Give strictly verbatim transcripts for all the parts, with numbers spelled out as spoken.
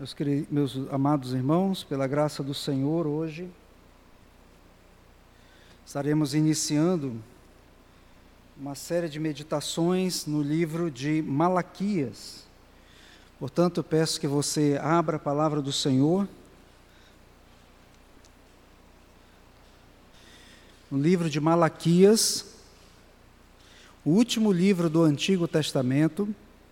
Meus, queridos, meus amados irmãos, pela graça do Senhor, hoje estaremos iniciando uma série de meditações no livro de Malaquias. Portanto, eu peço que você abra a palavra do Senhor no livro de Malaquias, o último livro do Antigo Testamento.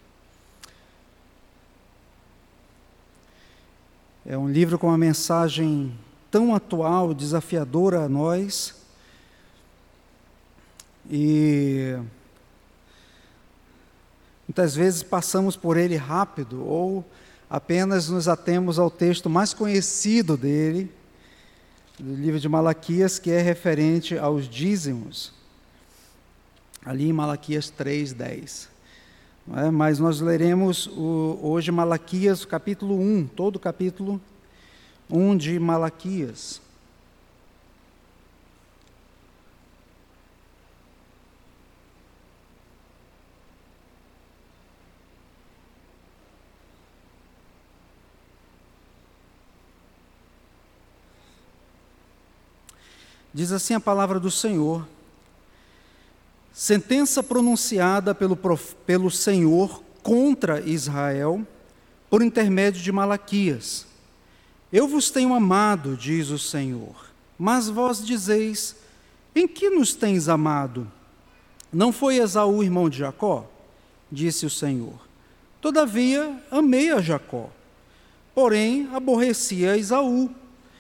É um livro com uma mensagem tão atual, desafiadora a nós, e muitas vezes passamos por ele rápido, ou apenas nos atemos ao texto mais conhecido dele, do livro de Malaquias, que é referente aos dízimos, ali em Malaquias três, dez. É, mas nós leremos o, hoje Malaquias, capítulo um, todo o capítulo um de Malaquias. Diz assim a palavra do Senhor: sentença pronunciada pelo, pelo Senhor contra Israel, por intermédio de Malaquias. Eu vos tenho amado, diz o Senhor, mas vós dizeis: em que nos tens amado? Não foi Esaú irmão de Jacó? Disse o Senhor. Todavia amei a Jacó, porém aborreci a Esaú,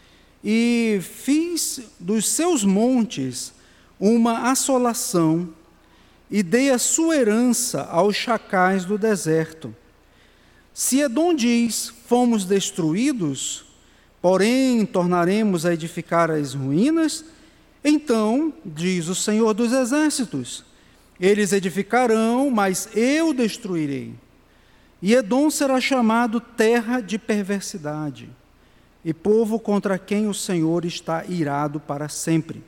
e fiz dos seus montes uma assolação, e dei a sua herança aos chacais do deserto. Se Edom diz: fomos destruídos, porém tornaremos a edificar as ruínas, então, diz o Senhor dos Exércitos, eles edificarão, mas eu destruirei. E Edom será chamado terra de perversidade, e povo contra quem o Senhor está irado para sempre.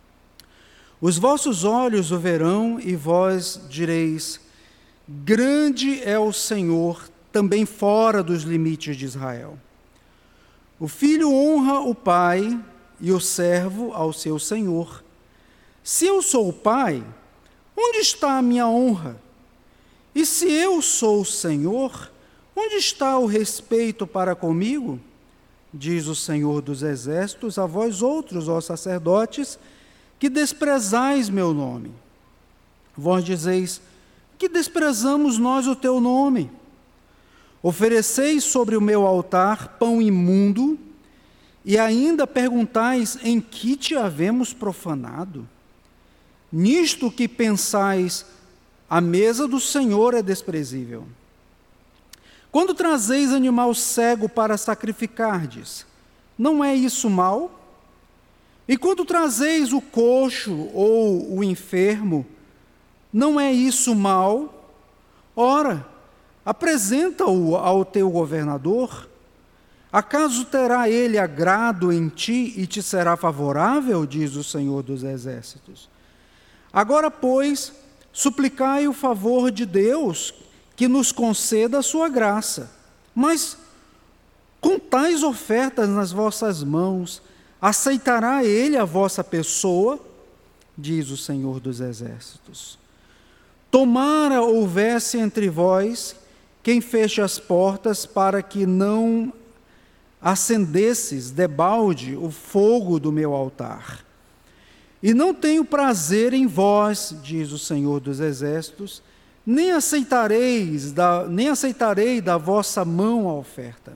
Os vossos olhos o verão, e vós direis: grande é o Senhor, também fora dos limites de Israel. O filho honra o pai, e o servo ao seu senhor. Se eu sou o pai, onde está a minha honra? E se eu sou o Senhor, onde está o respeito para comigo? Diz o Senhor dos Exércitos a vós outros, ó sacerdotes, que desprezais meu nome. Vós dizeis: que desprezamos nós o teu nome? Ofereceis sobre o meu altar pão imundo, e ainda perguntais: em que te havemos profanado? Nisto que pensais, a mesa do Senhor é desprezível. Quando trazeis animal cego para sacrificardes, não é isso mal? E quando trazeis o coxo ou o enfermo, não é isso mal? Ora, apresenta-o ao teu governador. Acaso terá ele agrado em ti e te será favorável, diz o Senhor dos Exércitos. Agora, pois, suplicai o favor de Deus, que nos conceda a sua graça. Mas, com tais ofertas nas vossas mãos, aceitará ele a vossa pessoa? Diz o Senhor dos Exércitos. Tomara houvesse entre vós quem feche as portas para que não acendesses debalde o fogo do meu altar. E não tenho prazer em vós, diz o Senhor dos Exércitos, nem aceitareis da, nem aceitarei da vossa mão a oferta.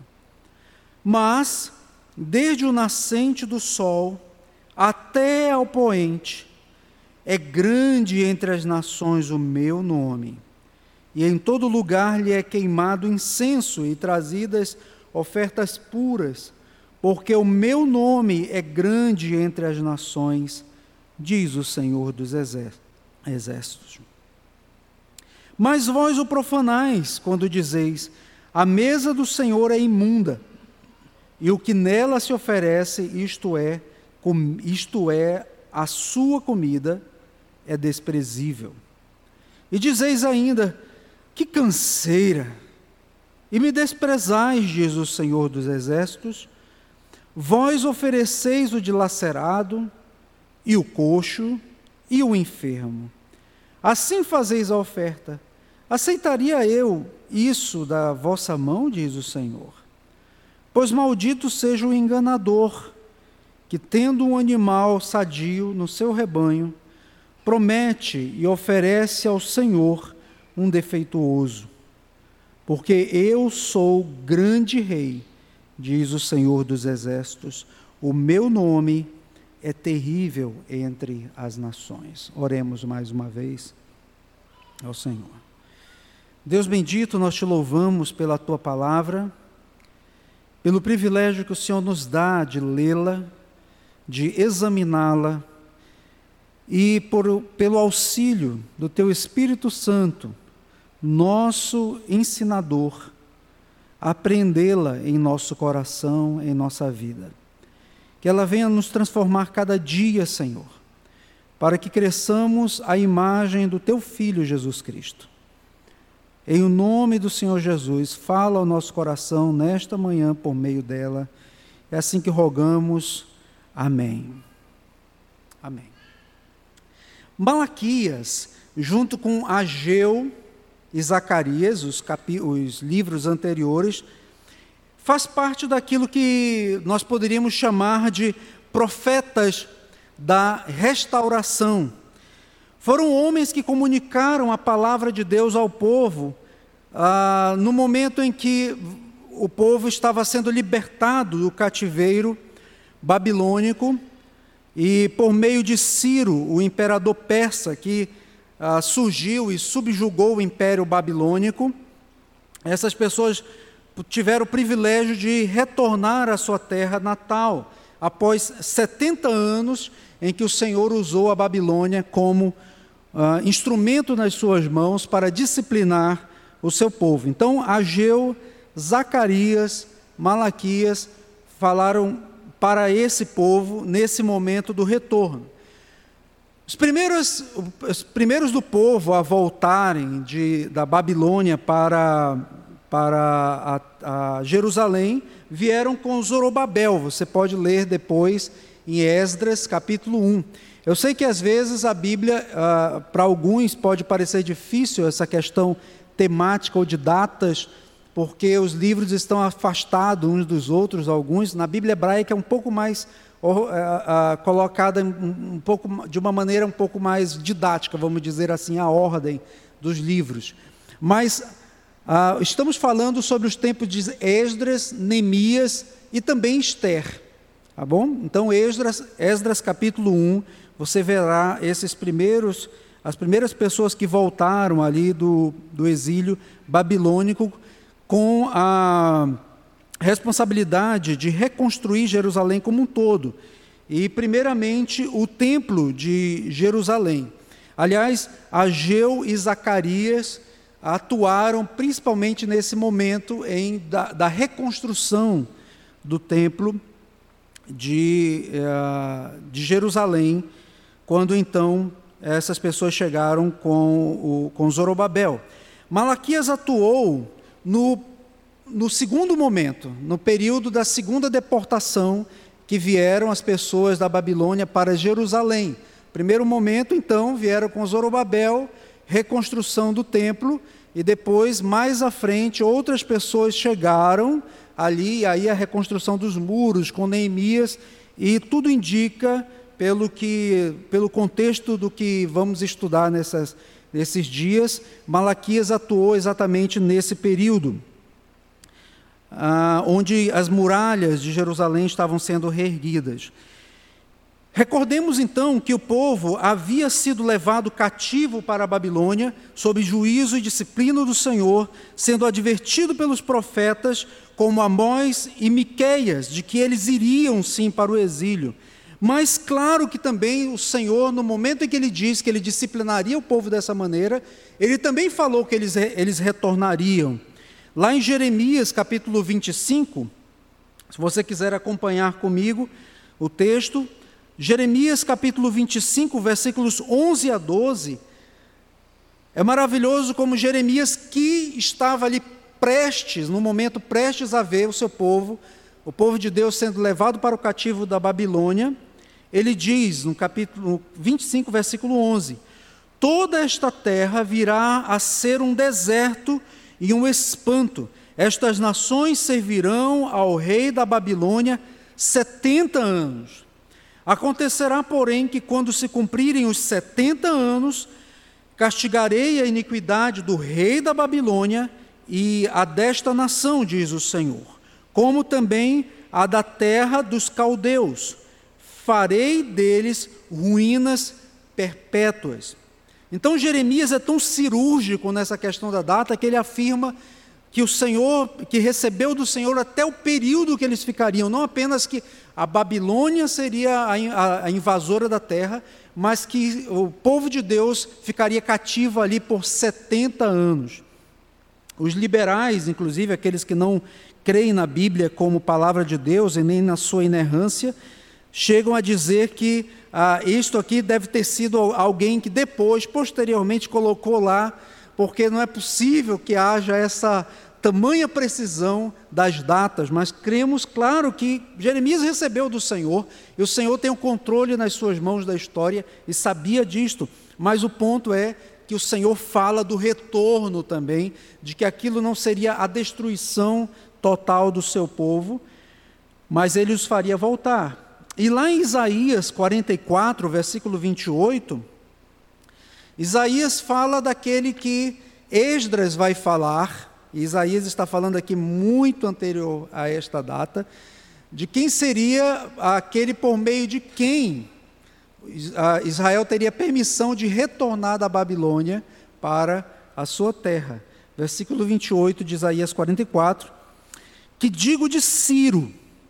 Mas, desde o nascente do sol até ao poente, é grande entre as nações o meu nome, e em todo lugar lhe é queimado incenso e trazidas ofertas puras, porque o meu nome é grande entre as nações, diz o Senhor dos Exércitos. Mas vós o profanais, quando dizeis: a mesa do Senhor é imunda, e o que nela se oferece, isto é, com, isto é, a sua comida, é desprezível. E dizeis ainda: que canseira! e me desprezais, diz o Senhor dos Exércitos. Vós ofereceis o dilacerado, e o coxo, e o enfermo. Assim fazeis a oferta. Aceitaria eu isso da vossa mão, diz o Senhor? Pois maldito seja o enganador, que tendo um animal sadio no seu rebanho, promete e oferece ao Senhor um defeituoso. Porque eu sou grande rei, diz o Senhor dos Exércitos, o meu nome é terrível entre as nações. Oremos mais uma vez ao Senhor. Deus bendito, nós te louvamos pela tua palavra, pelo privilégio que o Senhor nos dá de lê-la, de examiná-la, e por, pelo auxílio do teu Espírito Santo, nosso ensinador, aprendê-la em nosso coração, em nossa vida. Que ela venha nos transformar cada dia, Senhor, para que cresçamos à imagem do teu Filho Jesus Cristo. Em o nome do Senhor Jesus, fala ao nosso coração nesta manhã por meio dela. É assim que rogamos. Amém. Amém. Malaquias, junto com Ageu e Zacarias, os, capi- os livros anteriores, faz parte daquilo que nós poderíamos chamar de profetas da restauração. Foram homens que comunicaram a palavra de Deus ao povo ah, no momento em que o povo estava sendo libertado do cativeiro babilônico, e por meio de Ciro, o imperador persa, que ah, surgiu e subjugou o império babilônico, essas pessoas tiveram o privilégio de retornar à sua terra natal, após setenta anos em que o Senhor usou a Babilônia como uh, instrumento nas suas mãos para disciplinar o seu povo. Então, Ageu, Zacarias, Malaquias falaram para esse povo nesse momento do retorno. Os primeiros, os primeiros do povo a voltarem de, da Babilônia para, para a, a Jerusalém vieram com Zorobabel. Você pode ler depois em Esdras, capítulo um. Eu sei que às vezes a Bíblia, ah, para alguns, pode parecer difícil essa questão temática ou de datas, porque os livros estão afastados uns dos outros, alguns. Na Bíblia hebraica é um pouco mais uh, uh, colocada um, um pouco, de uma maneira um pouco mais didática, vamos dizer assim, a ordem dos livros. Mas uh, estamos falando sobre os tempos de Esdras, Neemias e também Ester. Tá bom? Então, Esdras, Esdras capítulo um, você verá esses primeiros, as primeiras pessoas que voltaram ali do, do exílio babilônico, com a responsabilidade de reconstruir Jerusalém como um todo. E, primeiramente, o templo de Jerusalém. Aliás, Ageu e Zacarias atuaram principalmente nesse momento em, da, da reconstrução do templo de, uh, de Jerusalém, quando então essas pessoas chegaram com, o, com Zorobabel. Malaquias atuou No, no segundo momento, no período da segunda deportação, que vieram as pessoas da Babilônia para Jerusalém. Primeiro momento, então, vieram com Zorobabel, reconstrução do templo, e depois, mais à frente, outras pessoas chegaram ali, aí a reconstrução dos muros, com Neemias, e tudo indica, pelo, que, pelo contexto do que vamos estudar nessas Nesses dias, Malaquias atuou exatamente nesse período, ah, onde as muralhas de Jerusalém estavam sendo reerguidas. Recordemos então que o povo havia sido levado cativo para a Babilônia, sob juízo e disciplina do Senhor, sendo advertido pelos profetas, como Amós e Miqueias, de que eles iriam sim para o exílio. Mas claro que também o Senhor, no momento em que Ele disse que Ele disciplinaria o povo dessa maneira, Ele também falou que eles, eles retornariam. Lá em Jeremias, capítulo vinte e cinco, se você quiser acompanhar comigo o texto, Jeremias, capítulo vinte e cinco, versículos onze a doze, é maravilhoso como Jeremias, que estava ali prestes, no momento prestes a ver o seu povo, o povo de Deus sendo levado para o cativo da Babilônia, ele diz no capítulo vinte e cinco, versículo onze: toda esta terra virá a ser um deserto e um espanto. Estas nações servirão ao rei da Babilônia setenta anos. Acontecerá, porém, que quando se cumprirem os setenta anos, castigarei a iniquidade do rei da Babilônia e a desta nação, diz o Senhor, como também a da terra dos caldeus. Farei deles ruínas perpétuas. Então Jeremias é tão cirúrgico nessa questão da data que ele afirma que o Senhor, que recebeu do Senhor até o período que eles ficariam, não apenas que a Babilônia seria a, a, a invasora da terra, mas que o povo de Deus ficaria cativo ali por setenta anos. Os liberais, inclusive aqueles que não creem na Bíblia como palavra de Deus e nem na sua inerrância, chegam a dizer que ah, isto aqui deve ter sido alguém que depois, posteriormente, colocou lá, porque não é possível que haja essa tamanha precisão das datas, mas cremos, claro, que Jeremias recebeu do Senhor, e o Senhor tem o controle nas suas mãos da história, e sabia disto, mas o ponto é que o Senhor fala do retorno também, de que aquilo não seria a destruição total do seu povo, mas ele os faria voltar. E lá em Isaías quarenta e quatro, versículo vinte e oito, Isaías fala daquele que Esdras vai falar, e Isaías está falando aqui muito anterior a esta data, de quem seria aquele por meio de quem Israel teria permissão de retornar da Babilônia para a sua terra. Versículo vinte e oito de Isaías quarenta e quatro, que digo de Ciro,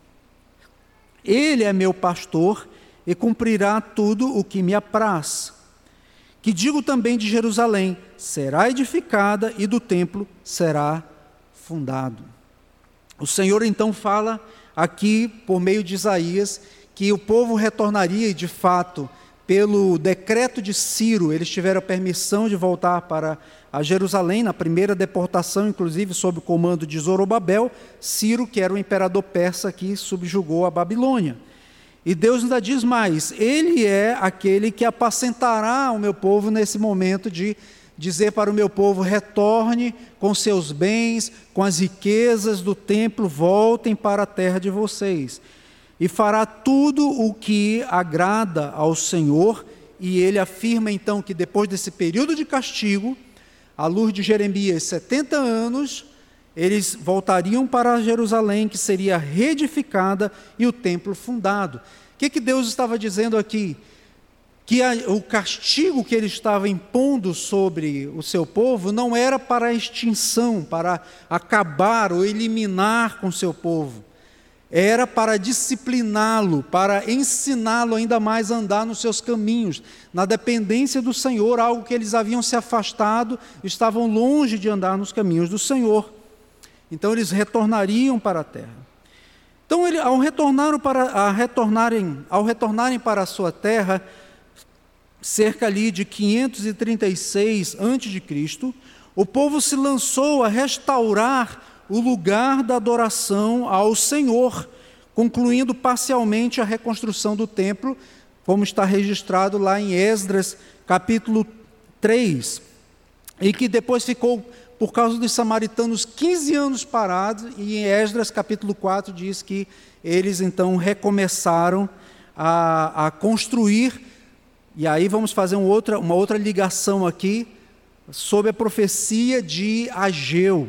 ele é meu pastor e cumprirá tudo o que me apraz. Que digo também de Jerusalém, será edificada e do templo será fundado. O Senhor então fala aqui, por meio de Isaías, que o povo retornaria e de fato, pelo decreto de Ciro, eles tiveram permissão de voltar para a Jerusalém, na primeira deportação, inclusive sob o comando de Zorobabel, Ciro, que era o imperador persa que subjugou a Babilônia. E Deus ainda diz mais, ele é aquele que apacentará o meu povo nesse momento de dizer para o meu povo, retorne com seus bens, com as riquezas do templo, voltem para a terra de vocês. E fará tudo o que agrada ao Senhor, e ele afirma então que depois desse período de castigo, à luz de Jeremias, setenta anos, eles voltariam para Jerusalém, que seria reedificada e o templo fundado. O que, que Deus estava dizendo aqui? Que a, o castigo que ele estava impondo sobre o seu povo não era para a extinção, para acabar ou eliminar com o seu povo. Era para discipliná-lo, para ensiná-lo ainda mais a andar nos seus caminhos, na dependência do Senhor, algo que eles haviam se afastado, estavam longe de andar nos caminhos do Senhor. Então eles retornariam para a terra. Então, ele, ao, retornar para, a retornarem, ao retornarem para a sua terra, cerca ali de quinhentos e trinta e seis antes de Cristo, o povo se lançou a restaurar o lugar da adoração ao Senhor, concluindo parcialmente a reconstrução do templo, como está registrado lá em Esdras, capítulo três, e que depois ficou, por causa dos samaritanos, quinze anos parados, e em Esdras, capítulo quatro, diz que eles então recomeçaram a, a construir, e aí vamos fazer um outra, uma outra ligação aqui, sobre a profecia de Ageu.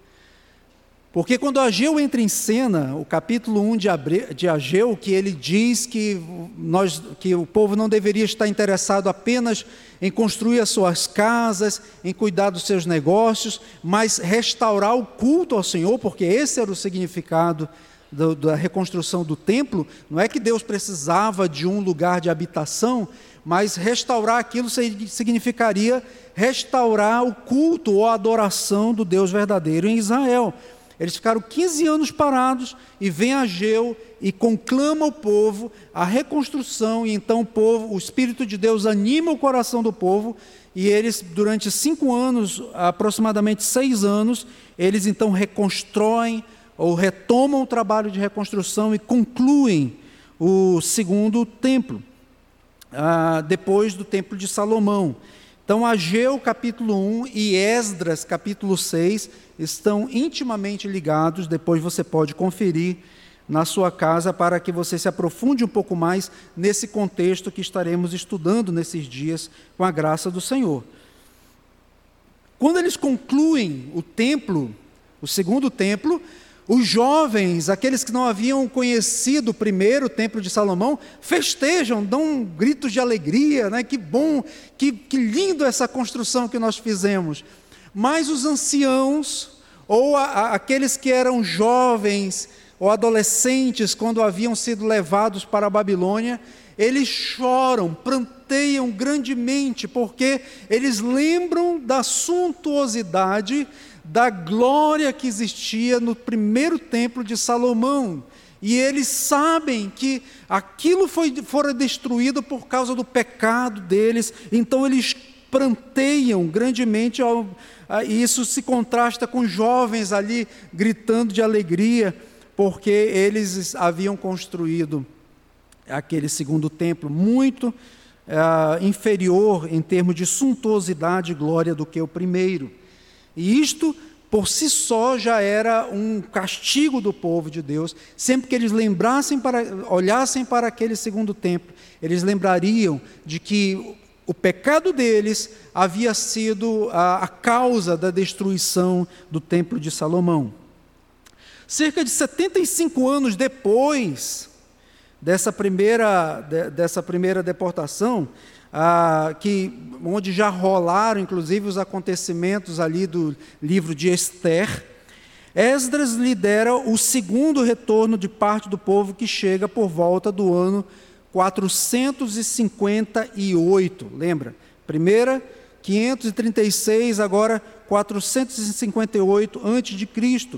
Porque quando Ageu entra em cena, o capítulo um de, Abre, de Ageu, que ele diz que, nós, que o povo não deveria estar interessado apenas em construir as suas casas, em cuidar dos seus negócios, mas restaurar o culto ao Senhor, porque esse era o significado do, da reconstrução do templo. Não é que Deus precisava de um lugar de habitação, mas restaurar aquilo significaria restaurar o culto ou a adoração do Deus verdadeiro em Israel. Eles ficaram quinze anos parados, e vem Ageu e conclama o povo a reconstrução, e então o povo, o Espírito de Deus anima o coração do povo, e eles, durante cinco anos, aproximadamente seis anos, eles então reconstroem ou retomam o trabalho de reconstrução e concluem o segundo templo, ah, depois do templo de Salomão. Então, Ageu capítulo um e Esdras capítulo seis estão intimamente ligados, depois você pode conferir na sua casa para que você se aprofunde um pouco mais nesse contexto que estaremos estudando nesses dias com a graça do Senhor. Quando eles concluem o templo, o segundo templo, os jovens, aqueles que não haviam conhecido o primeiro templo de Salomão, festejam, dão gritos de alegria, né? Que bom, que, que lindo essa construção que nós fizemos. Mas os anciãos, ou a, a, aqueles que eram jovens ou adolescentes, quando haviam sido levados para a Babilônia, eles choram, pranteiam grandemente, porque eles lembram da suntuosidade, da glória que existia no primeiro templo de Salomão. E eles sabem que aquilo foi, fora destruído por causa do pecado deles, então eles pranteiam grandemente, e isso se contrasta com jovens ali gritando de alegria, porque eles haviam construído aquele segundo templo muito uh, inferior em termos de suntuosidade e glória do que o primeiro. E isto, por si só, já era um castigo do povo de Deus. Sempre que eles lembrassem para, olhassem para aquele segundo templo, eles lembrariam de que o pecado deles havia sido a, a causa da destruição do templo de Salomão. Cerca de setenta e cinco anos depois dessa primeira, de, dessa primeira deportação, ah, que, onde já rolaram, inclusive, os acontecimentos ali do livro de Ester, Esdras lidera o segundo retorno de parte do povo, que chega por volta do ano quatrocentos e cinquenta e oito. Lembra? Primeira, quinhentos e trinta e seis, agora quatrocentos e cinquenta e oito antes de Cristo.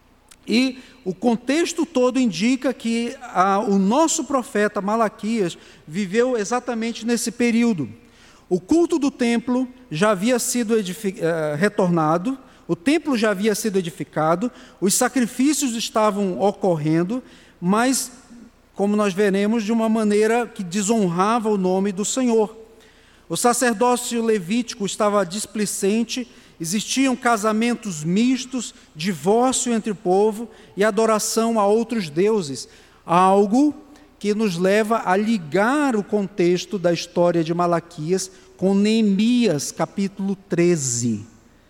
E o contexto todo indica que a, o nosso profeta Malaquias viveu exatamente nesse período. O culto do templo já havia sido edific, uh, retornado, o templo já havia sido edificado, os sacrifícios estavam ocorrendo, mas, como nós veremos, de uma maneira que desonrava o nome do Senhor. O sacerdócio levítico estava displicente, existiam casamentos mistos, divórcio entre o povo e adoração a outros deuses, algo que nos leva a ligar o contexto da história de Malaquias com Neemias, capítulo treze.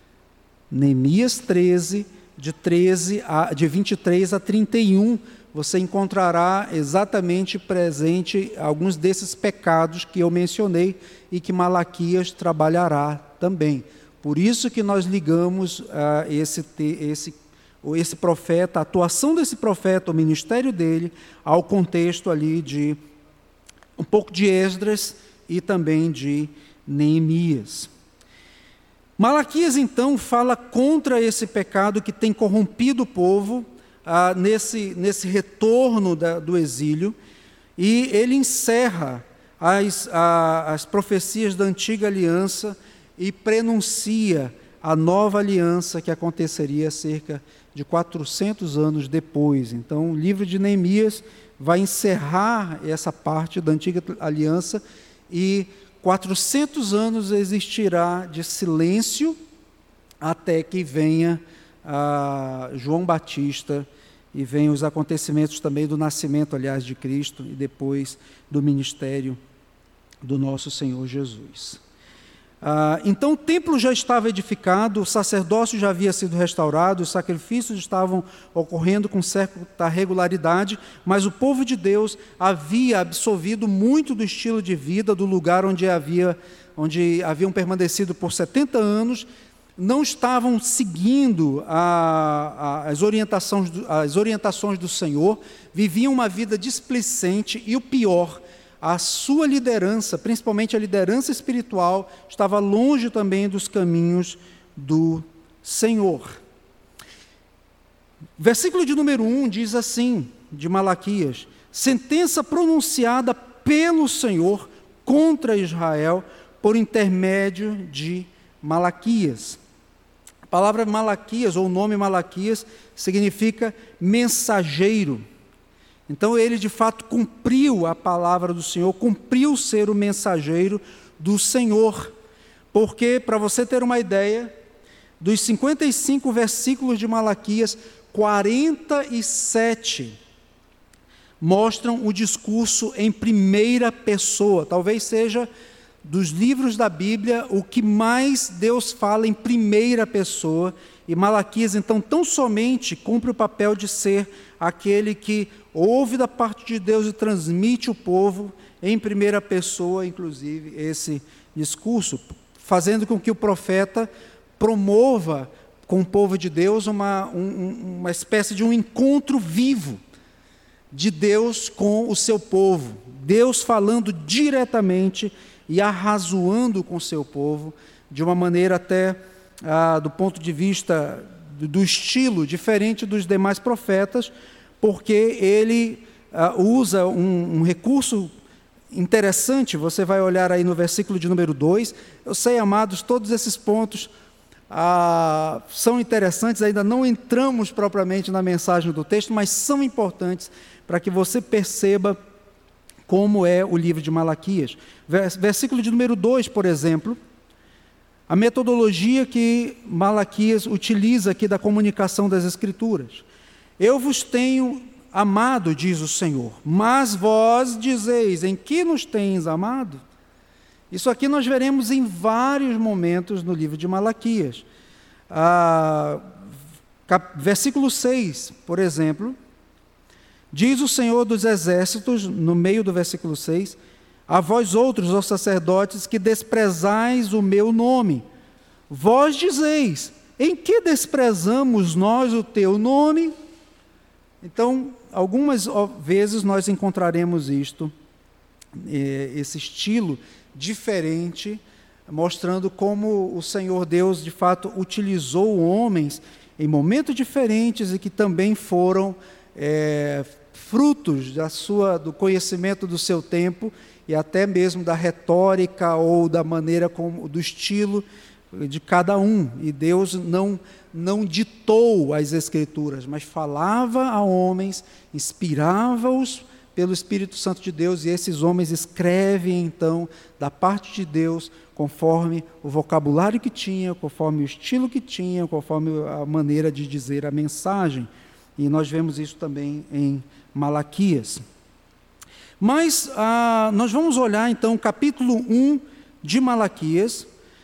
Neemias treze, de, treze a, de vinte e três a trinta e um, você encontrará exatamente presente alguns desses pecados que eu mencionei e que Malaquias trabalhará também. Por isso que nós ligamos uh, esse, esse, esse profeta, a atuação desse profeta, o ministério dele, ao contexto ali de um pouco de Esdras e também de Neemias. Malaquias, então, fala contra esse pecado que tem corrompido o povo uh, nesse, nesse retorno da, do exílio, e ele encerra as, a, as profecias da antiga aliança e prenuncia a nova aliança que aconteceria cerca de quatrocentos anos depois. Então, o livro de Neemias vai encerrar essa parte da antiga aliança e quatrocentos anos existirá de silêncio até que venha ah, João Batista e venham os acontecimentos também do nascimento, aliás, de Cristo e depois do ministério do nosso Senhor Jesus. Ah, então o templo já estava edificado, o sacerdócio já havia sido restaurado, os sacrifícios estavam ocorrendo com certa regularidade, mas o povo de Deus havia absorvido muito do estilo de vida do lugar onde, havia, onde haviam permanecido por setenta anos, não estavam seguindo a, a, as, orientações do, as orientações do Senhor, viviam uma vida displicente e o pior, a sua liderança, principalmente a liderança espiritual, estava longe também dos caminhos do Senhor. Versículo de número um diz assim, de Malaquias: sentença pronunciada pelo Senhor contra Israel por intermédio de Malaquias. A palavra Malaquias, ou o nome Malaquias, significa mensageiro. Então ele de fato cumpriu a palavra do Senhor, cumpriu ser o mensageiro do Senhor. Porque, para você ter uma ideia, dos cinquenta e cinco versículos de Malaquias, quarenta e sete mostram o discurso em primeira pessoa. Talvez seja dos livros da Bíblia o que mais Deus fala em primeira pessoa. E Malaquias, então, tão somente cumpre o papel de ser aquele que ouve da parte de Deus e transmite o povo em primeira pessoa, inclusive, esse discurso, fazendo com que o profeta promova com o povo de Deus uma, um, uma espécie de um encontro vivo de Deus com o seu povo. Deus falando diretamente e arrazoando com o seu povo, de uma maneira até, ah, do ponto de vista do, do estilo, diferente dos demais profetas, porque ele ah, usa um, um recurso interessante. Você vai olhar aí no versículo de número dois. Eu sei, amados, todos esses pontos ah, são interessantes, ainda não entramos propriamente na mensagem do texto, mas são importantes para que você perceba como é o livro de Malaquias. Versículo de número dois, por exemplo, a metodologia que Malaquias utiliza aqui da comunicação das Escrituras. Eu vos tenho amado, diz o Senhor, mas vós dizeis, em que nos tens amado? Isso aqui nós veremos em vários momentos no livro de Malaquias. Ah, cap, versículo seis, por exemplo, diz o Senhor dos Exércitos, no meio do versículo seis, a vós outros, ó sacerdotes, que desprezais o meu nome, vós dizeis, em que desprezamos nós o teu nome? Então, algumas vezes nós encontraremos isto, esse estilo diferente, mostrando como o Senhor Deus, de fato, utilizou homens em momentos diferentes e que também foram é, frutos da sua, do conhecimento do seu tempo e até mesmo da retórica ou da maneira como, do estilo de cada um. E Deus não, não ditou as Escrituras, mas falava a homens, inspirava-os pelo Espírito Santo de Deus, e esses homens escrevem, então, da parte de Deus, conforme o vocabulário que tinha, conforme o estilo que tinha, conforme a maneira de dizer a mensagem. E nós vemos isso também em Malaquias. Mas ah, nós vamos olhar, então, o capítulo um de Malaquias,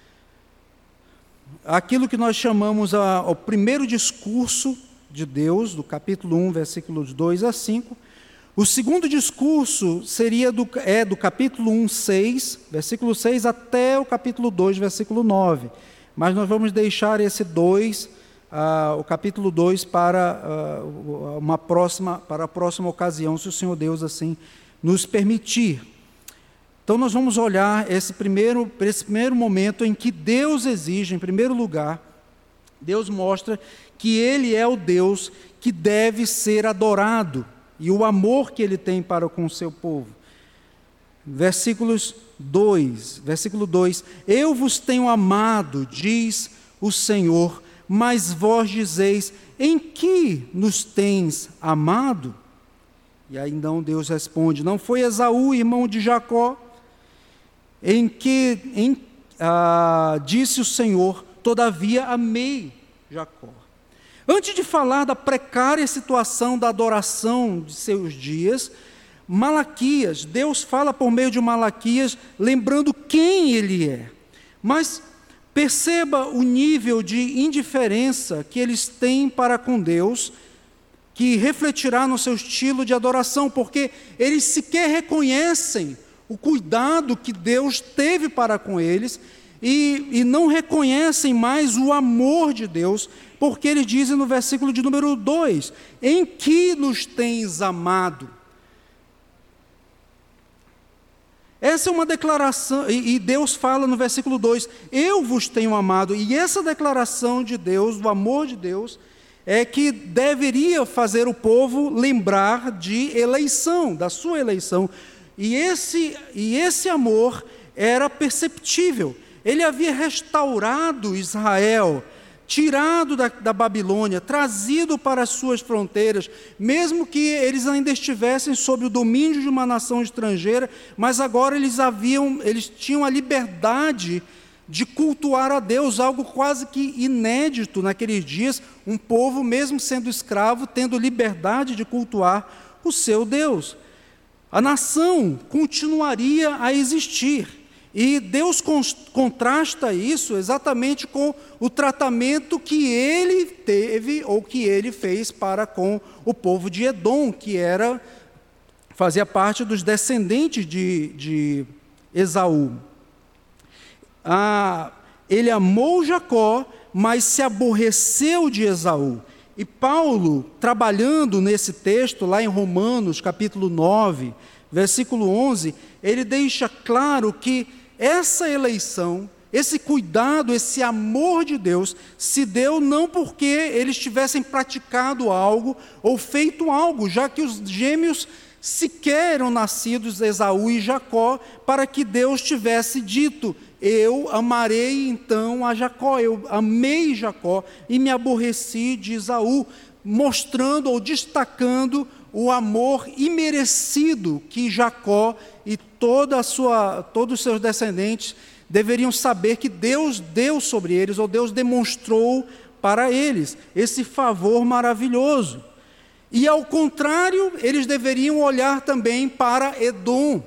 aquilo que nós chamamos a, o primeiro discurso de Deus, do capítulo um, versículos dois a cinco. O segundo discurso seria do, é do capítulo um, seis, versículo seis, até o capítulo dois, versículo nove. Mas nós vamos deixar esse dois, uh, o capítulo dois, para, uh, uma próxima, para a próxima ocasião, se o Senhor Deus assim nos permitir. Então nós vamos olhar esse primeiro, esse primeiro momento em que Deus exige, em primeiro lugar, Deus mostra que Ele é o Deus que deve ser adorado, e o amor que Ele tem para com o seu povo. Versículos dois, versículo dois, eu vos tenho amado, diz o Senhor, mas vós dizeis, em que nos tens amado? E aí então Deus responde, não foi Esaú, irmão de Jacó, em que, em, ah, disse o Senhor, todavia amei Jacó. Antes de falar da precária situação da adoração de seus dias, Malaquias, Deus fala por meio de Malaquias, lembrando quem Ele é. Mas perceba o nível de indiferença que eles têm para com Deus, que refletirá no seu estilo de adoração, porque eles sequer reconhecem o cuidado que Deus teve para com eles, e, e não reconhecem mais o amor de Deus, porque eles dizem no versículo de número dois, em que nos tens amado? Essa é uma declaração, e, e Deus fala no versículo dois, eu vos tenho amado, e essa declaração de Deus, do amor de Deus, é que deveria fazer o povo lembrar de eleição, da sua eleição, e esse, e esse amor era perceptível. Ele havia restaurado Israel, tirado da, da Babilônia, trazido para as suas fronteiras, mesmo que eles ainda estivessem sob o domínio de uma nação estrangeira, mas agora eles haviam, eles tinham a liberdade de cultuar a Deus, algo quase que inédito naqueles dias, um povo, mesmo sendo escravo, tendo liberdade de cultuar o seu Deus. A nação continuaria a existir, e Deus contrasta isso exatamente com o tratamento que ele teve, ou que ele fez para com o povo de Edom, que era, fazia parte dos descendentes de, de Esaú. Ah, ele amou Jacó, mas se aborreceu de Esaú. E Paulo, trabalhando nesse texto, lá em Romanos, capítulo nove, versículo onze, ele deixa claro que essa eleição, esse cuidado, esse amor de Deus, se deu não porque eles tivessem praticado algo ou feito algo, já que os gêmeos sequer eram nascidos, Esaú e Jacó, para que Deus tivesse dito: eu amarei então a Jacó, eu amei Jacó e me aborreci de Esaú, mostrando ou destacando o amor imerecido que Jacó e toda a sua, todos os seus descendentes deveriam saber que Deus deu sobre eles, ou Deus demonstrou para eles, esse favor maravilhoso. E ao contrário, eles deveriam olhar também para Edom.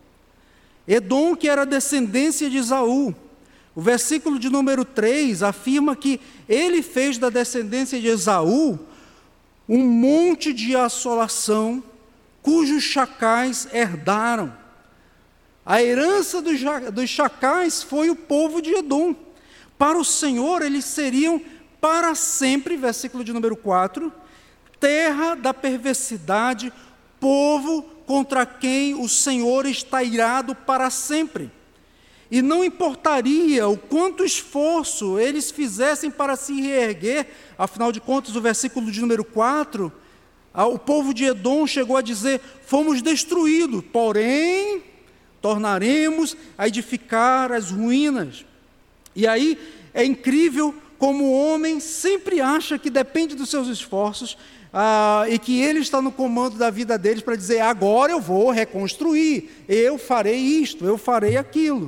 Edom, que era descendência de Esaú. O versículo de número três afirma que ele fez da descendência de Esaú um monte de assolação, cujos chacais herdaram. A herança dos, dos chacais foi o povo de Edom. Para o Senhor, eles seriam para sempre, versículo de número quatro, terra da perversidade, povo contra quem o Senhor está irado para sempre. E não importaria o quanto esforço eles fizessem para se reerguer, afinal de contas, o versículo de número quatro, o povo de Edom chegou a dizer: fomos destruídos, porém tornaremos a edificar as ruínas. E aí é incrível como o homem sempre acha que depende dos seus esforços, ah, e que ele está no comando da vida deles para dizer: agora eu vou reconstruir, eu farei isto, eu farei aquilo.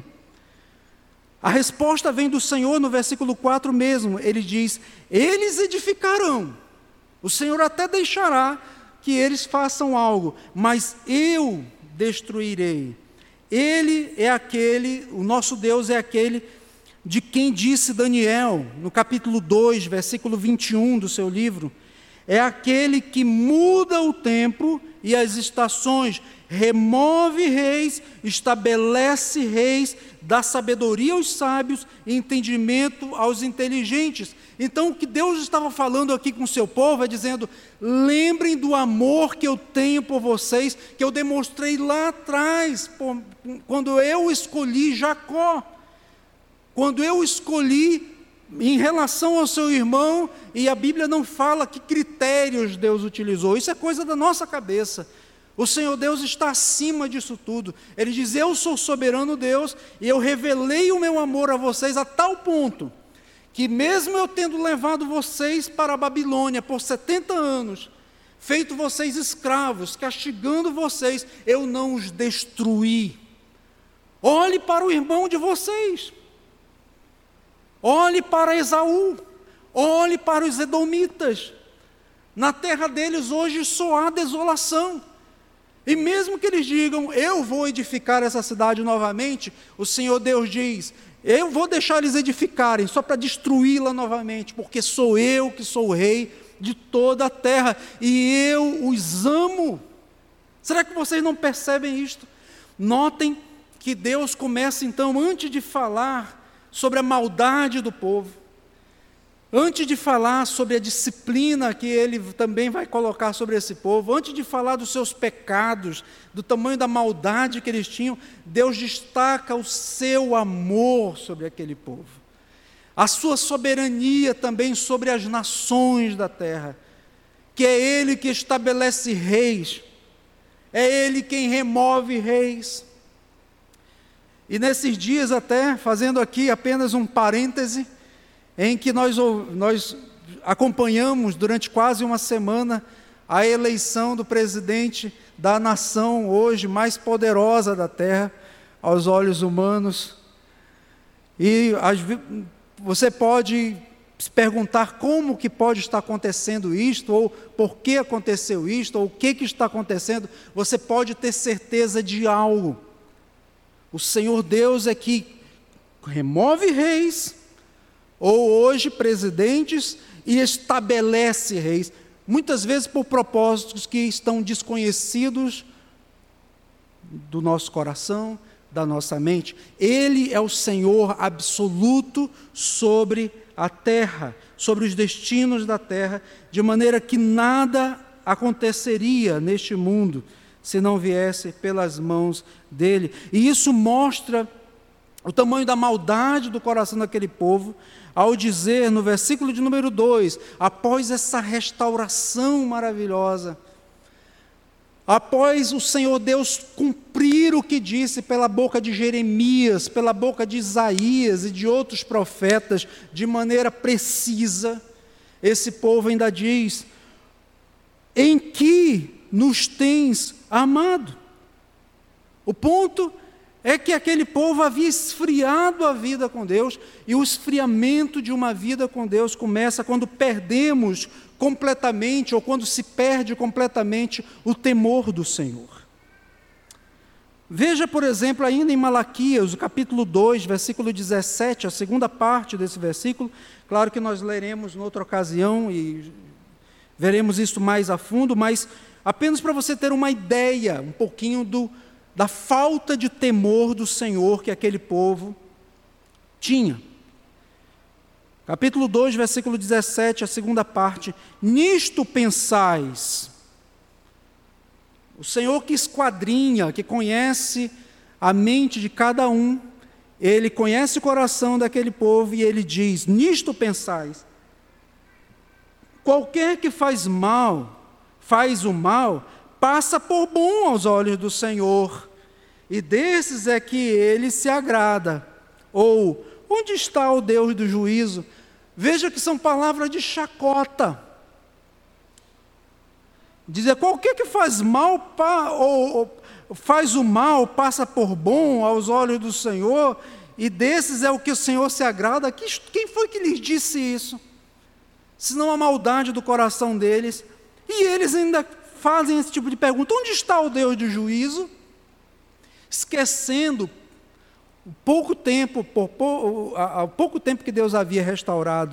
A resposta vem do Senhor no versículo quatro mesmo. Ele diz: eles edificarão, o Senhor até deixará que eles façam algo, mas eu destruirei. Ele é aquele, o nosso Deus é aquele de quem disse Daniel, no capítulo dois, versículo vinte e um do seu livro: é aquele que muda o tempo e as estações, remove reis, estabelece reis, dá sabedoria aos sábios e entendimento aos inteligentes. Então, o que Deus estava falando aqui com o seu povo é dizendo: lembrem do amor que eu tenho por vocês, que eu demonstrei lá atrás, por, quando eu escolhi Jacó, quando eu escolhi em relação ao seu irmão, e a Bíblia não fala que critérios Deus utilizou, isso é coisa da nossa cabeça. O Senhor Deus está acima disso tudo. Ele diz: eu sou soberano Deus, e eu revelei o meu amor a vocês a tal ponto, que mesmo eu tendo levado vocês para a Babilônia por setenta anos, feito vocês escravos, castigando vocês, eu não os destruí. Olhe para o irmão de vocês, olhe para Esaú, olhe para os edomitas. Na terra deles hoje só há desolação. E mesmo que eles digam: eu vou edificar essa cidade novamente, o Senhor Deus diz: eu vou deixar eles edificarem, só para destruí-la novamente, porque sou eu que sou o rei de toda a terra, e eu os amo. Será que vocês não percebem isto? Notem que Deus começa então, antes de falar sobre a maldade do povo, antes de falar sobre a disciplina que Ele também vai colocar sobre esse povo, antes de falar dos seus pecados, do tamanho da maldade que eles tinham, Deus destaca o seu amor sobre aquele povo, a sua soberania também sobre as nações da terra, que é Ele que estabelece reis, é Ele quem remove reis. E nesses dias até, fazendo aqui apenas um parêntese, em que nós, nós acompanhamos durante quase uma semana a eleição do presidente da nação hoje mais poderosa da terra, aos olhos humanos. E você pode se perguntar como que pode estar acontecendo isto, ou por que aconteceu isto, ou o que, que está acontecendo. Você pode ter certeza de algo. O Senhor Deus é que remove reis, ou hoje presidentes, e estabelece reis, muitas vezes por propósitos que estão desconhecidos do nosso coração, da nossa mente. Ele é o Senhor absoluto sobre a terra, sobre os destinos da terra, de maneira que nada aconteceria neste mundo se não viesse pelas mãos dele. E isso mostra o tamanho da maldade do coração daquele povo, ao dizer no versículo de número dois, após essa restauração maravilhosa, após o Senhor Deus cumprir o que disse pela boca de Jeremias, pela boca de Isaías e de outros profetas, de maneira precisa, esse povo ainda diz: em que nos tens amado? O ponto é que aquele povo havia esfriado a vida com Deus, e o esfriamento de uma vida com Deus começa quando perdemos completamente, ou quando se perde completamente o temor do Senhor. Veja, por exemplo, ainda em Malaquias, o capítulo dois, versículo dezessete, a segunda parte desse versículo. Claro que nós leremos em outra ocasião e veremos isso mais a fundo, mas apenas para você ter uma ideia, um pouquinho do, da falta de temor do Senhor que aquele povo tinha. Capítulo dois, versículo dezessete, a segunda parte. Nisto pensais. O Senhor que esquadrinha, que conhece a mente de cada um, Ele conhece o coração daquele povo e Ele diz: nisto pensais. Qualquer que faz mal, faz o mal, passa por bom aos olhos do Senhor, e desses é que Ele se agrada. Ou, onde está o Deus do juízo? Veja que são palavras de chacota. Dizer, qualquer que faz mal, pa, ou, ou faz o mal, passa por bom aos olhos do Senhor, e desses é o que o Senhor se agrada. Quem foi que lhes disse isso? Senão a maldade do coração deles. E eles ainda fazem esse tipo de pergunta: onde está o Deus do juízo? Esquecendo o pouco tempo, por, por, há pouco tempo que Deus havia restaurado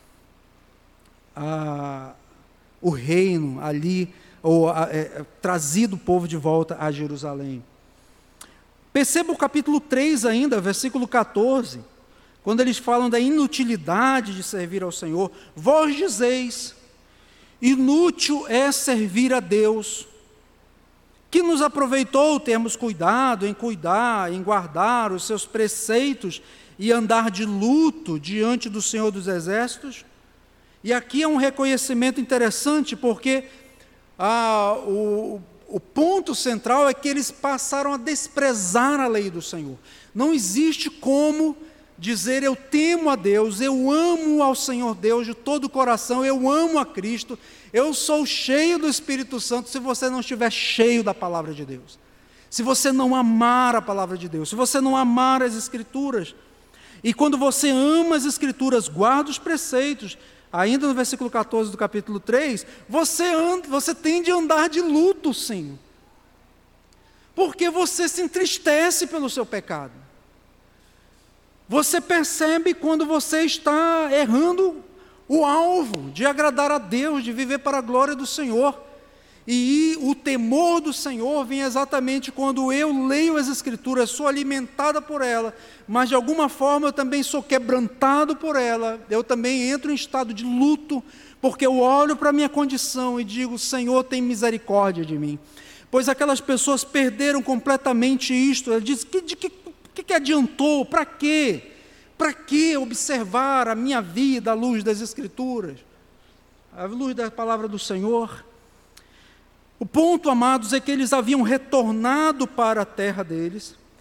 a, o reino ali, ou a, é, trazido o povo de volta a Jerusalém. Perceba o capítulo três ainda, versículo catorze, quando eles falam da inutilidade de servir ao Senhor. Vós dizeis: inútil é servir a Deus. Que nos aproveitou termos cuidado em cuidar, em guardar os seus preceitos e andar de luto diante do Senhor dos Exércitos? E aqui é um reconhecimento interessante, porque ah, o, o ponto central é que eles passaram a desprezar a lei do Senhor. Não existe como dizer: eu temo a Deus, eu amo ao Senhor Deus de todo o coração, eu amo a Cristo, eu sou cheio do Espírito Santo, se você não estiver cheio da palavra de Deus. Se você não amar a palavra de Deus, se você não amar as Escrituras. E quando você ama as Escrituras, guarda os preceitos, ainda no versículo catorze do capítulo três, você, anda, você tem de andar de luto, sim. Porque você se entristece pelo seu pecado. Você percebe quando você está errando o alvo de agradar a Deus, de viver para a glória do Senhor. E o temor do Senhor vem exatamente quando eu leio as Escrituras, sou alimentado por ela, mas de alguma forma eu também sou quebrantado por ela, eu também entro em estado de luto, porque eu olho para a minha condição e digo: Senhor, tem misericórdia de mim. Pois aquelas pessoas perderam completamente isto. Ela diz: que, de que O que, que adiantou? Para quê? Para que observar a minha vida à luz das Escrituras? À luz da palavra do Senhor? O ponto, amados, é que eles haviam retornado para a terra deles,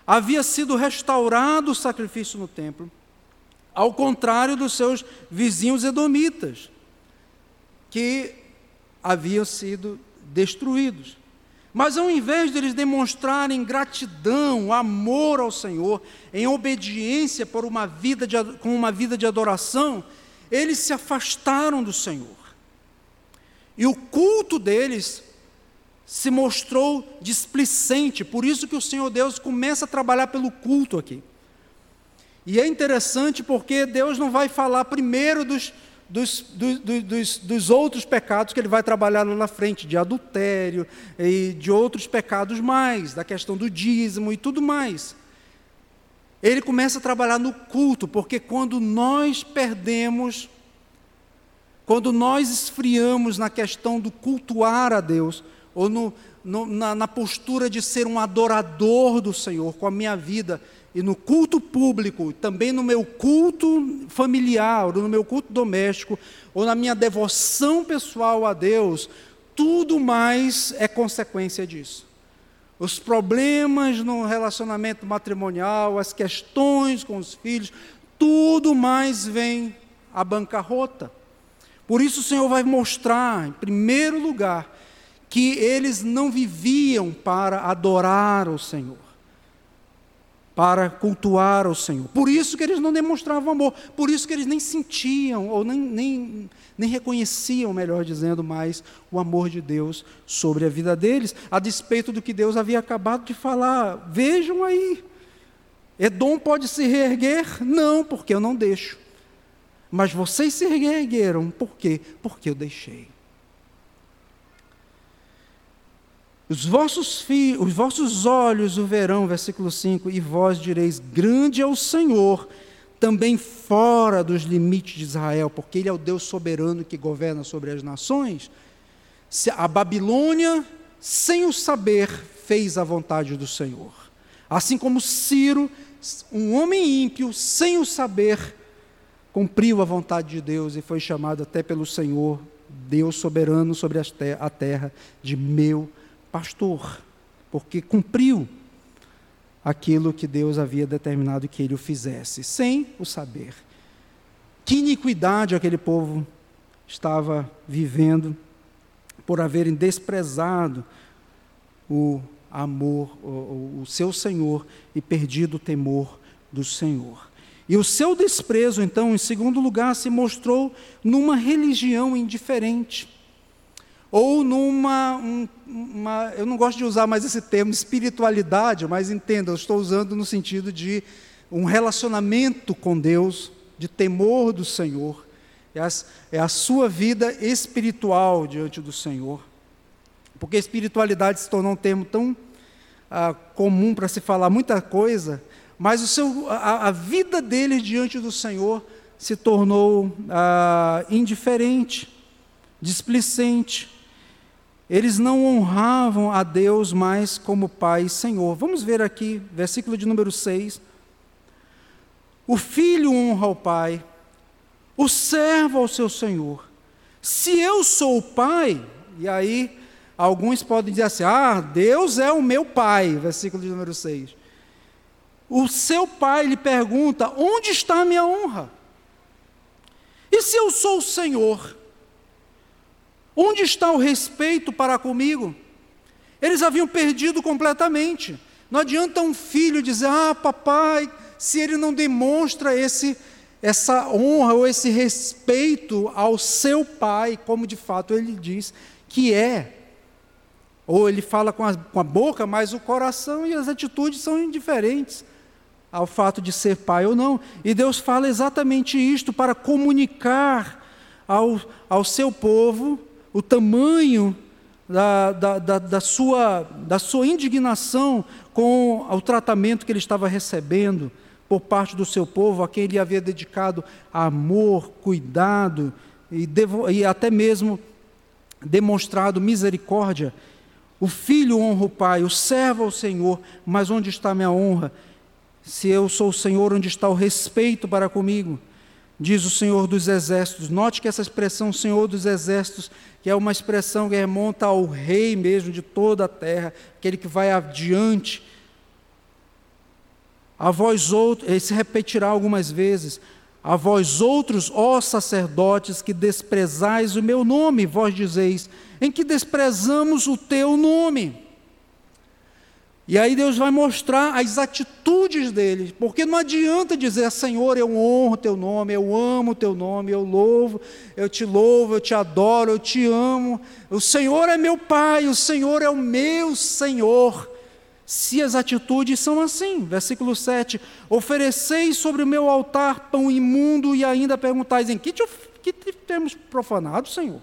havia sido restaurado o sacrifício no templo, ao contrário dos seus vizinhos edomitas, que haviam sido destruídos. Mas ao invés de eles demonstrarem gratidão, amor ao Senhor, em obediência por uma vida de, com uma vida de adoração, eles se afastaram do Senhor. E o culto deles se mostrou displicente, por isso que o Senhor Deus começa a trabalhar pelo culto aqui. E é interessante porque Deus não vai falar primeiro dos, dos, dos, dos, dos outros pecados que Ele vai trabalhar lá na frente, de adultério e de outros pecados mais, da questão do dízimo e tudo mais. Ele começa a trabalhar no culto, porque quando nós perdemos, quando nós esfriamos na questão do cultuar a Deus, ou no, no, na, na postura de ser um adorador do Senhor com a minha vida, e no culto público, também no meu culto familiar, ou no meu culto doméstico, ou na minha devoção pessoal a Deus, tudo mais é consequência disso. Os problemas no relacionamento matrimonial, as questões com os filhos, tudo mais vem à bancarrota. Por isso o Senhor vai mostrar, em primeiro lugar, que eles não viviam para adorar o Senhor, para cultuar o Senhor. Por isso que eles não demonstravam amor, por isso que eles nem sentiam, ou nem, nem, nem reconheciam, melhor dizendo, mais o amor de Deus sobre a vida deles, a despeito do que Deus havia acabado de falar. Vejam aí, Edom pode se reerguer? Não, porque eu não deixo. Mas vocês se reergueram, por quê? Porque eu deixei. Os vossos, fi, os vossos olhos o verão, versículo cinco, e vós direis, grande é o Senhor, também fora dos limites de Israel, porque Ele é o Deus soberano que governa sobre as nações. A Babilônia, sem o saber, fez a vontade do Senhor. Assim como Ciro, um homem ímpio, sem o saber, cumpriu a vontade de Deus e foi chamado até pelo Senhor, Deus soberano sobre a terra, de meu pastor, porque cumpriu aquilo que Deus havia determinado que ele o fizesse, sem o saber. Que iniquidade aquele povo estava vivendo por haverem desprezado o amor, o, o seu Senhor e perdido o temor do Senhor. E o seu desprezo, então, em segundo lugar, se mostrou numa religião indiferente, ou numa, um, uma, eu não gosto de usar mais esse termo, espiritualidade, mas entenda, eu estou usando no sentido de um relacionamento com Deus, de temor do Senhor, é a, é a sua vida espiritual diante do Senhor, porque espiritualidade se tornou um termo tão ah, comum para se falar muita coisa, mas o seu, a, a vida deles diante do Senhor se tornou ah, indiferente, displicente. Eles não honravam a Deus mais como Pai e Senhor. Vamos ver aqui, versículo de número seis. O filho honra o pai, o servo ao seu senhor. Se eu sou o pai, e aí alguns podem dizer assim, ah, Deus é o meu pai, versículo de número seis. O seu pai lhe pergunta, onde está a minha honra? E se eu sou o Senhor, onde está o respeito para comigo? Eles haviam perdido completamente. Não adianta um filho dizer, ah, papai, se ele não demonstra esse, essa honra ou esse respeito ao seu pai, como de fato ele diz que é. Ou ele fala com a, com a boca, mas o coração e as atitudes são indiferentes ao fato de ser pai ou não. E Deus fala exatamente isto para comunicar ao, ao seu povo o tamanho da, da, da, da, sua, da sua indignação com o tratamento que ele estava recebendo por parte do seu povo, a quem ele havia dedicado amor, cuidado e, devo, e até mesmo demonstrado misericórdia. O filho honra o pai, o servo ao Senhor, mas onde está a minha honra? Se eu sou o Senhor, onde está o respeito para comigo? Diz o Senhor dos Exércitos. Note que essa expressão Senhor dos Exércitos, que é uma expressão que remonta ao rei mesmo de toda a terra, aquele que vai adiante A vós outros, ele se repetirá algumas vezes, a vós outros, ó sacerdotes, que desprezais o meu nome, vós dizeis, em que desprezamos o teu nome. E aí Deus vai mostrar as atitudes deles, porque não adianta dizer, Senhor, eu honro o teu nome, eu amo o teu nome, eu louvo, eu te louvo, eu te adoro, eu te amo, o Senhor é meu Pai, o Senhor é o meu Senhor. Se as atitudes são assim, versículo sete, ofereceis sobre o meu altar pão imundo e ainda perguntais, em que te, que te temos profanado, Senhor?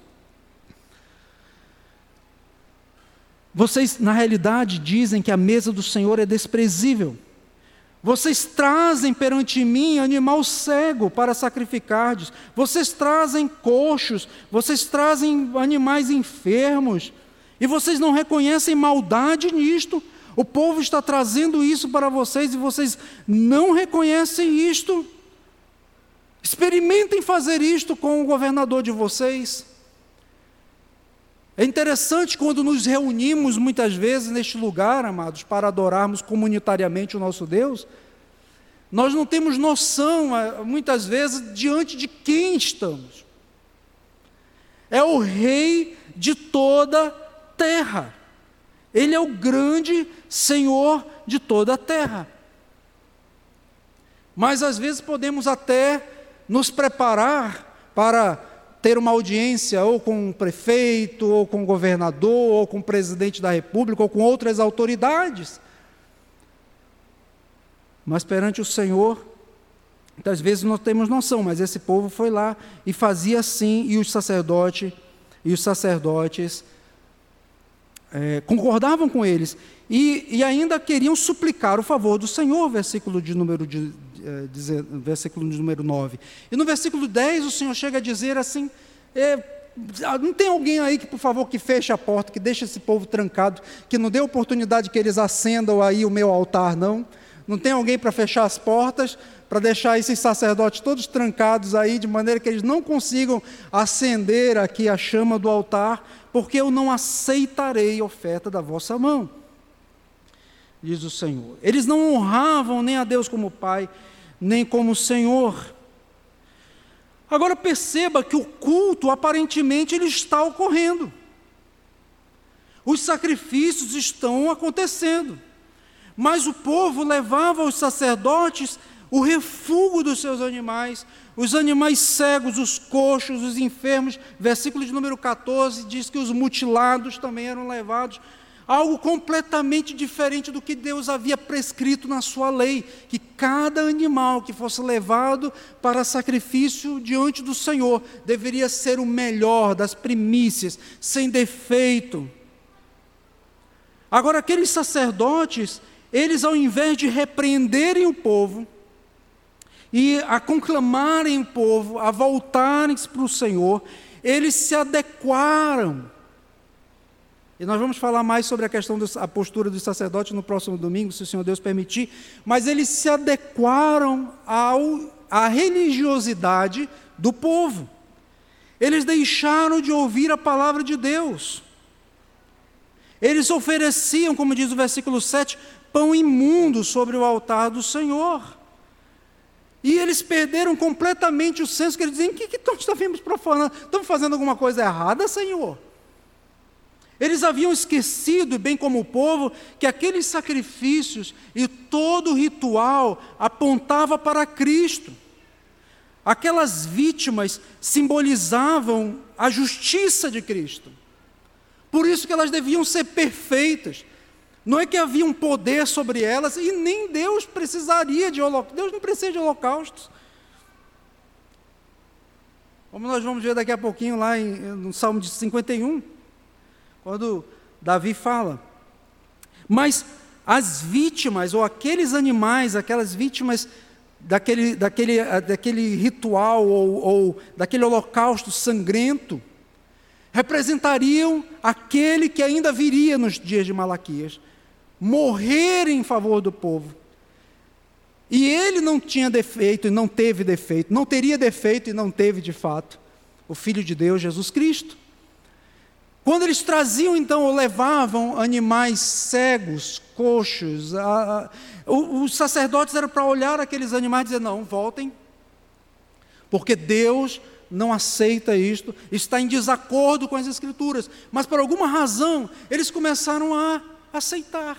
Vocês, na realidade, dizem que a mesa do Senhor é desprezível. Vocês trazem perante mim animal cego para sacrificardes. Vocês trazem coxos, vocês trazem animais enfermos. E vocês não reconhecem maldade nisto. O povo está trazendo isso para vocês e vocês não reconhecem isto. Experimentem fazer isto com o governador de vocês. É interessante quando nos reunimos muitas vezes neste lugar, amados, para adorarmos comunitariamente o nosso Deus, nós não temos noção, muitas vezes, diante de quem estamos. É o Rei de toda a terra. Ele é o grande Senhor de toda a terra. Mas às vezes podemos até nos preparar para ter uma audiência ou com o prefeito, ou com o governador, ou com o presidente da república, ou com outras autoridades. Mas perante o Senhor, muitas vezes não temos noção, mas esse povo foi lá e fazia assim, e os sacerdotes, e os sacerdotes é, concordavam com eles, e, e ainda queriam suplicar o favor do Senhor, versículo de número de, é, dizer, versículo de número nove. E no versículo dez, o Senhor chega a dizer assim, é, não tem alguém aí que, por favor, que feche a porta, que deixe esse povo trancado, que não dê oportunidade que eles acendam aí o meu altar, não? Não tem alguém para fechar as portas, para deixar esses sacerdotes todos trancados aí, de maneira que eles não consigam acender aqui a chama do altar, porque eu não aceitarei oferta da vossa mão, diz o Senhor. Eles não honravam nem a Deus como Pai, nem como Senhor. Agora perceba que o culto, aparentemente, ele está ocorrendo. Os sacrifícios estão acontecendo. Mas o povo levava aos sacerdotes o refúgio dos seus animais, os animais cegos, os coxos, os enfermos. Versículo de número catorze diz que os mutilados também eram levados. Algo completamente diferente do que Deus havia prescrito na sua lei, que cada animal que fosse levado para sacrifício diante do Senhor deveria ser o melhor das primícias, sem defeito. Agora, aqueles sacerdotes, eles, ao invés de repreenderem o povo e a conclamarem o povo, a voltarem para o Senhor, eles se adequaram. E nós vamos falar mais sobre a questão da postura dos sacerdotes no próximo domingo, se o Senhor Deus permitir, mas eles se adequaram ao, à religiosidade do povo. Eles deixaram de ouvir a palavra de Deus. Eles ofereciam, como diz o versículo sete, pão imundo sobre o altar do Senhor. E eles perderam completamente o senso, que eles diziam, o que, que estamos profanando? Estamos fazendo alguma coisa errada, Senhor? Eles haviam esquecido, bem como o povo, que aqueles sacrifícios e todo o ritual apontava para Cristo. Aquelas vítimas simbolizavam a justiça de Cristo. Por isso que elas deviam ser perfeitas. Não é que havia um poder sobre elas, e nem Deus precisaria de holocaustos. Deus não precisa de holocaustos. Como nós vamos ver daqui a pouquinho lá em, no Salmo de cinquenta e um, quando Davi fala. Mas as vítimas, ou aqueles animais, aquelas vítimas daquele, daquele, daquele ritual, ou, ou daquele holocausto sangrento, representariam aquele que ainda viria nos dias de Malaquias, morrer em favor do povo. E ele não tinha defeito e não teve defeito, não teria defeito e não teve de fato, o Filho de Deus, Jesus Cristo. Quando eles traziam, então, ou levavam animais cegos, coxos, a, a, os sacerdotes eram para olhar aqueles animais e dizer, não, voltem, porque Deus não aceita isto, está em desacordo com as Escrituras. Mas por alguma razão, eles começaram a aceitar.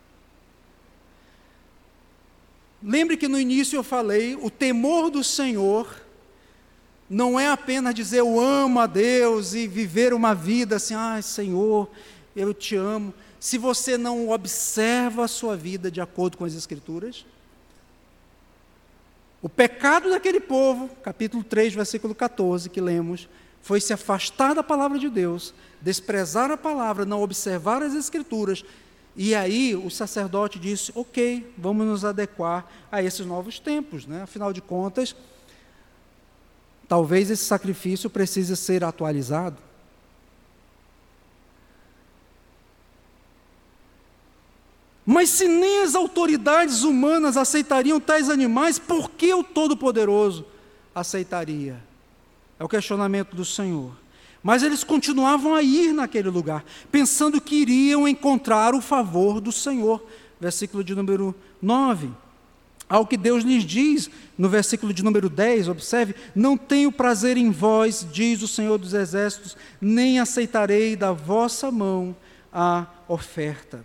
Lembre que no início eu falei, o temor do Senhor não é apenas dizer eu amo a Deus e viver uma vida assim, ah, Senhor, eu te amo. Se você não observa a sua vida de acordo com as Escrituras, o pecado daquele povo, capítulo três, versículo catorze, que lemos, foi se afastar da palavra de Deus, desprezar a palavra, não observar as Escrituras, e aí o sacerdote disse, ok, vamos nos adequar a esses novos tempos, né? Afinal de contas, talvez esse sacrifício precise ser atualizado. Mas se nem as autoridades humanas aceitariam tais animais, por que o Todo-Poderoso aceitaria? É o questionamento do Senhor. Mas eles continuavam a ir naquele lugar, pensando que iriam encontrar o favor do Senhor. Versículo de número nove. Ao que Deus lhes diz, no versículo de número dez, observe, não tenho prazer em vós, diz o Senhor dos Exércitos, nem aceitarei da vossa mão a oferta.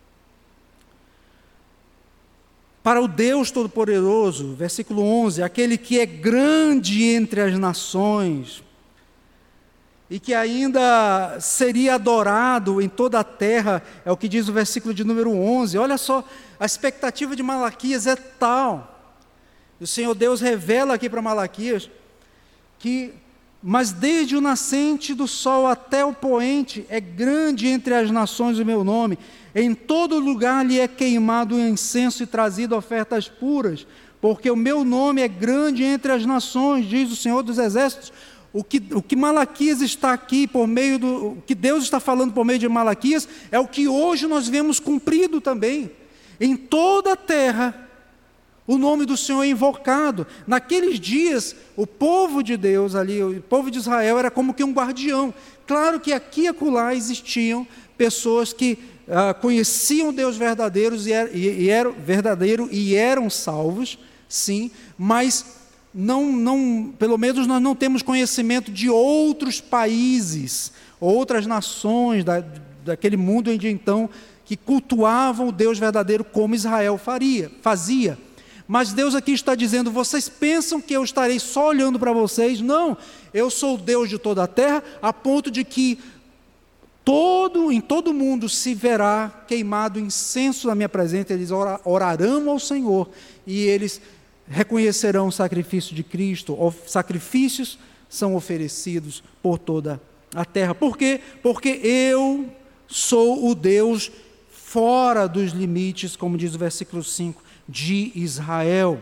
Para o Deus Todo-Poderoso, versículo onze, aquele que é grande entre as nações, e que ainda seria adorado em toda a terra, é o que diz o versículo de número onze. Olha só, a expectativa de Malaquias é tal. O Senhor Deus revela aqui para Malaquias que, mas desde o nascente do sol até o poente, é grande entre as nações o meu nome. Em todo lugar lhe é queimado o incenso e trazido ofertas puras, porque o meu nome é grande entre as nações, diz o Senhor dos Exércitos. O que, o que Malaquias está aqui por meio do... O que Deus está falando por meio de Malaquias é o que hoje nós vemos cumprido também. Em toda a terra, o nome do Senhor é invocado. Naqueles dias, o povo de Deus ali, o povo de Israel era como que um guardião. Claro que aqui e acolá existiam pessoas que ah, conheciam Deus verdadeiros e, er, e, e eram, verdadeiro e eram salvos, sim, mas... Não, não, pelo menos nós não temos conhecimento de outros países, outras nações da, daquele mundo em de então que cultuavam o Deus verdadeiro como Israel faria, fazia. Mas Deus aqui está dizendo, vocês pensam que eu estarei só olhando para vocês? Não, eu sou o Deus de toda a terra, a ponto de que todo, em todo mundo se verá queimado incenso na minha presença, eles orarão ao Senhor e eles reconhecerão o sacrifício de Cristo, sacrifícios são oferecidos por toda a terra. Por quê? Porque eu sou o Deus fora dos limites, como diz o versículo cinco, de Israel.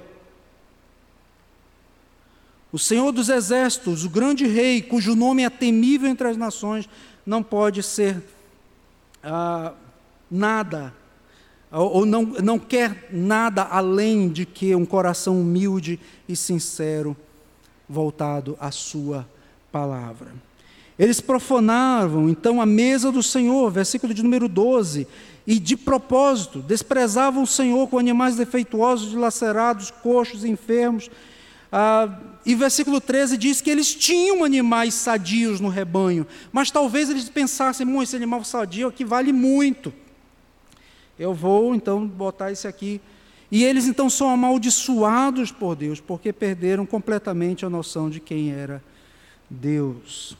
O Senhor dos Exércitos, o grande rei, cujo nome é temível entre as nações, não pode ser ah, nada, ou não, não quer nada além de que um coração humilde e sincero voltado à sua palavra. Eles profanavam então a mesa do Senhor, versículo de número doze, e de propósito desprezavam o Senhor com animais defeituosos, dilacerados, coxos, enfermos. Ah, e versículo treze diz que eles tinham animais sadios no rebanho, mas talvez eles pensassem, "Bom, esse animal sadio aqui vale muito. Eu vou, então, botar esse aqui." E eles, então, são amaldiçoados por Deus, porque perderam completamente a noção de quem era Deus.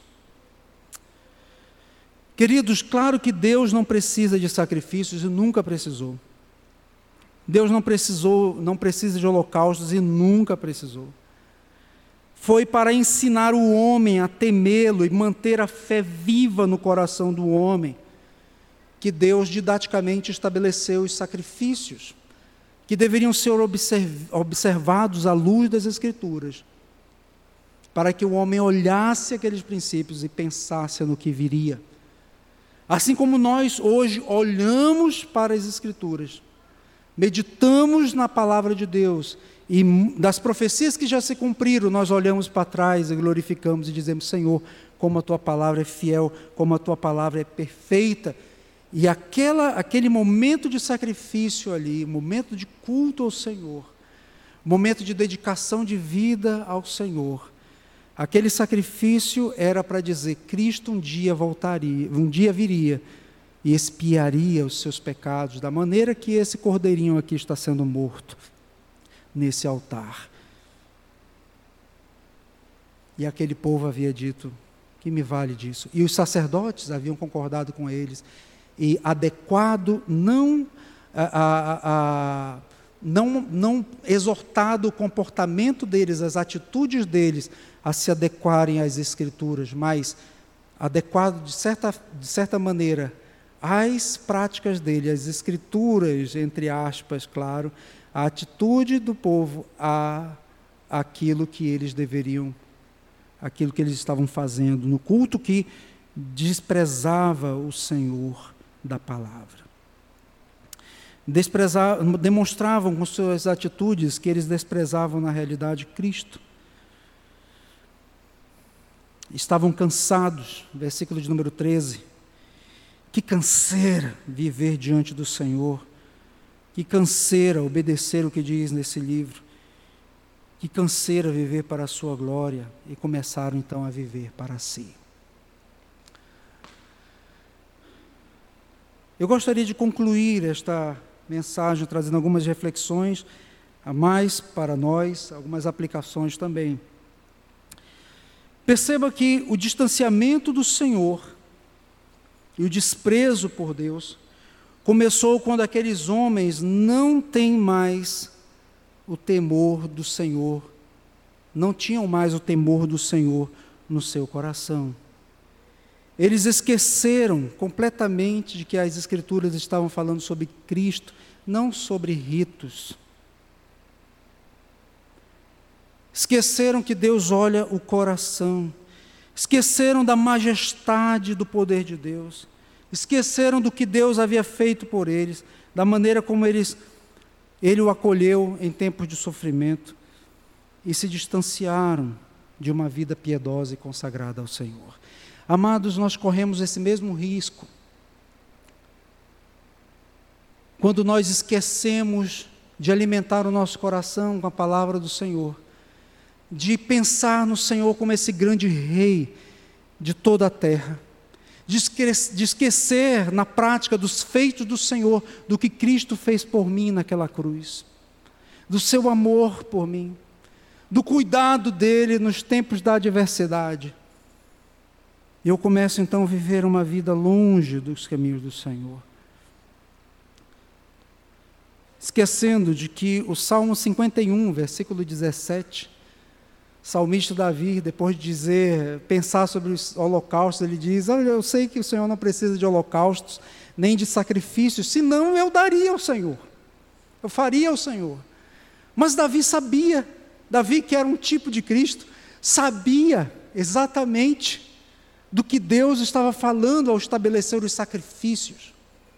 Queridos, claro que Deus não precisa de sacrifícios e nunca precisou. Deus não precisou, não precisa de holocaustos e nunca precisou. Foi para ensinar o homem a temê-lo e manter a fé viva no coração do homem que Deus didaticamente estabeleceu os sacrifícios, que deveriam ser observados à luz das Escrituras, para que o homem olhasse aqueles princípios e pensasse no que viria. Assim como nós hoje olhamos para as Escrituras, meditamos na palavra de Deus, e das profecias que já se cumpriram, nós olhamos para trás e glorificamos e dizemos, Senhor, como a tua palavra é fiel, como a tua palavra é perfeita. E aquela, aquele momento de sacrifício ali, momento de culto ao Senhor, momento de dedicação de vida ao Senhor, aquele sacrifício era para dizer: Cristo um dia voltaria, um dia viria e expiaria os seus pecados, da maneira que esse cordeirinho aqui está sendo morto nesse altar. E aquele povo havia dito: que me vale disso? E os sacerdotes haviam concordado com eles, e adequado, não, a, a, a, não, não exortado o comportamento deles, as atitudes deles a se adequarem às Escrituras, mas adequado de certa, de certa maneira às práticas dele, às Escrituras, entre aspas, claro, a atitude do povo a aquilo que eles deveriam, aquilo que eles estavam fazendo no culto que desprezava o Senhor da palavra. Desprezavam, demonstravam com suas atitudes que eles desprezavam na realidade Cristo. Estavam cansados, versículo de número treze. Que canseira viver diante do Senhor. Que canseira obedecer o que diz nesse livro. Que canseira viver para a sua glória. E começaram então a viver para si. Eu gostaria de concluir esta mensagem trazendo algumas reflexões a mais para nós, algumas aplicações também. Perceba que o distanciamento do Senhor e o desprezo por Deus começou quando aqueles homens não têm mais o temor do Senhor, não tinham mais o temor do Senhor no seu coração. Eles esqueceram completamente de que as Escrituras estavam falando sobre Cristo, não sobre ritos. Esqueceram que Deus olha o coração. Esqueceram da majestade do poder de Deus. Esqueceram do que Deus havia feito por eles, da maneira como eles, Ele o acolheu em tempos de sofrimento, e se distanciaram de uma vida piedosa e consagrada ao Senhor. Amados, nós corremos esse mesmo risco quando nós esquecemos de alimentar o nosso coração com a palavra do Senhor, de pensar no Senhor como esse grande rei de toda a terra, de esquecer na prática dos feitos do Senhor, do que Cristo fez por mim naquela cruz, do seu amor por mim, do cuidado dele nos tempos da adversidade. E eu começo então a viver uma vida longe dos caminhos do Senhor. Esquecendo de que o Salmo cinquenta e um, versículo dezessete, salmista Davi, depois de dizer, pensar sobre os holocaustos, ele diz: olha, eu sei que o Senhor não precisa de holocaustos, nem de sacrifícios, senão eu daria ao Senhor, eu faria ao Senhor. Mas Davi sabia, Davi que era um tipo de Cristo, sabia exatamente do que Deus estava falando ao estabelecer os sacrifícios.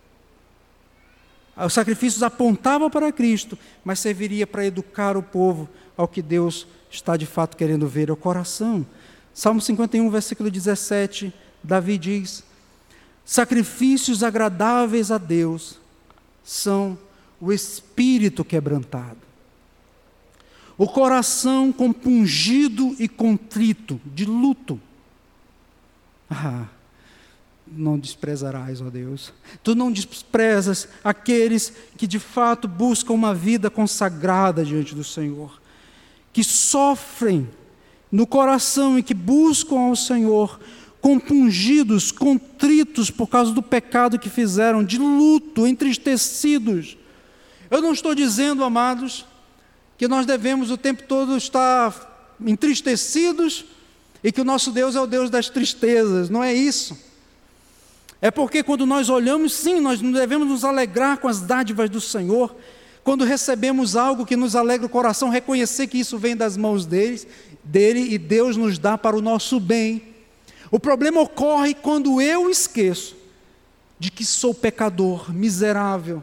Os sacrifícios apontavam para Cristo, mas serviria para educar o povo ao que Deus está de fato querendo ver, ao coração. Salmo cinquenta e um, versículo dezessete, Davi diz: sacrifícios agradáveis a Deus são o espírito quebrantado, o coração compungido e contrito, de luto. Ah, não desprezarás, ó Deus. Tu não desprezas aqueles que de fato buscam uma vida consagrada diante do Senhor, que sofrem no coração e que buscam ao Senhor, compungidos, contritos por causa do pecado que fizeram, de luto, entristecidos. Eu não estou dizendo, amados, que nós devemos o tempo todo estar entristecidos e que o nosso Deus é o Deus das tristezas. Não é isso. É porque quando nós olhamos, sim, nós devemos nos alegrar com as dádivas do Senhor. Quando recebemos algo que nos alegra o coração, reconhecer que isso vem das mãos dele, dele e Deus nos dá para o nosso bem. O problema ocorre quando eu esqueço de que sou pecador, miserável,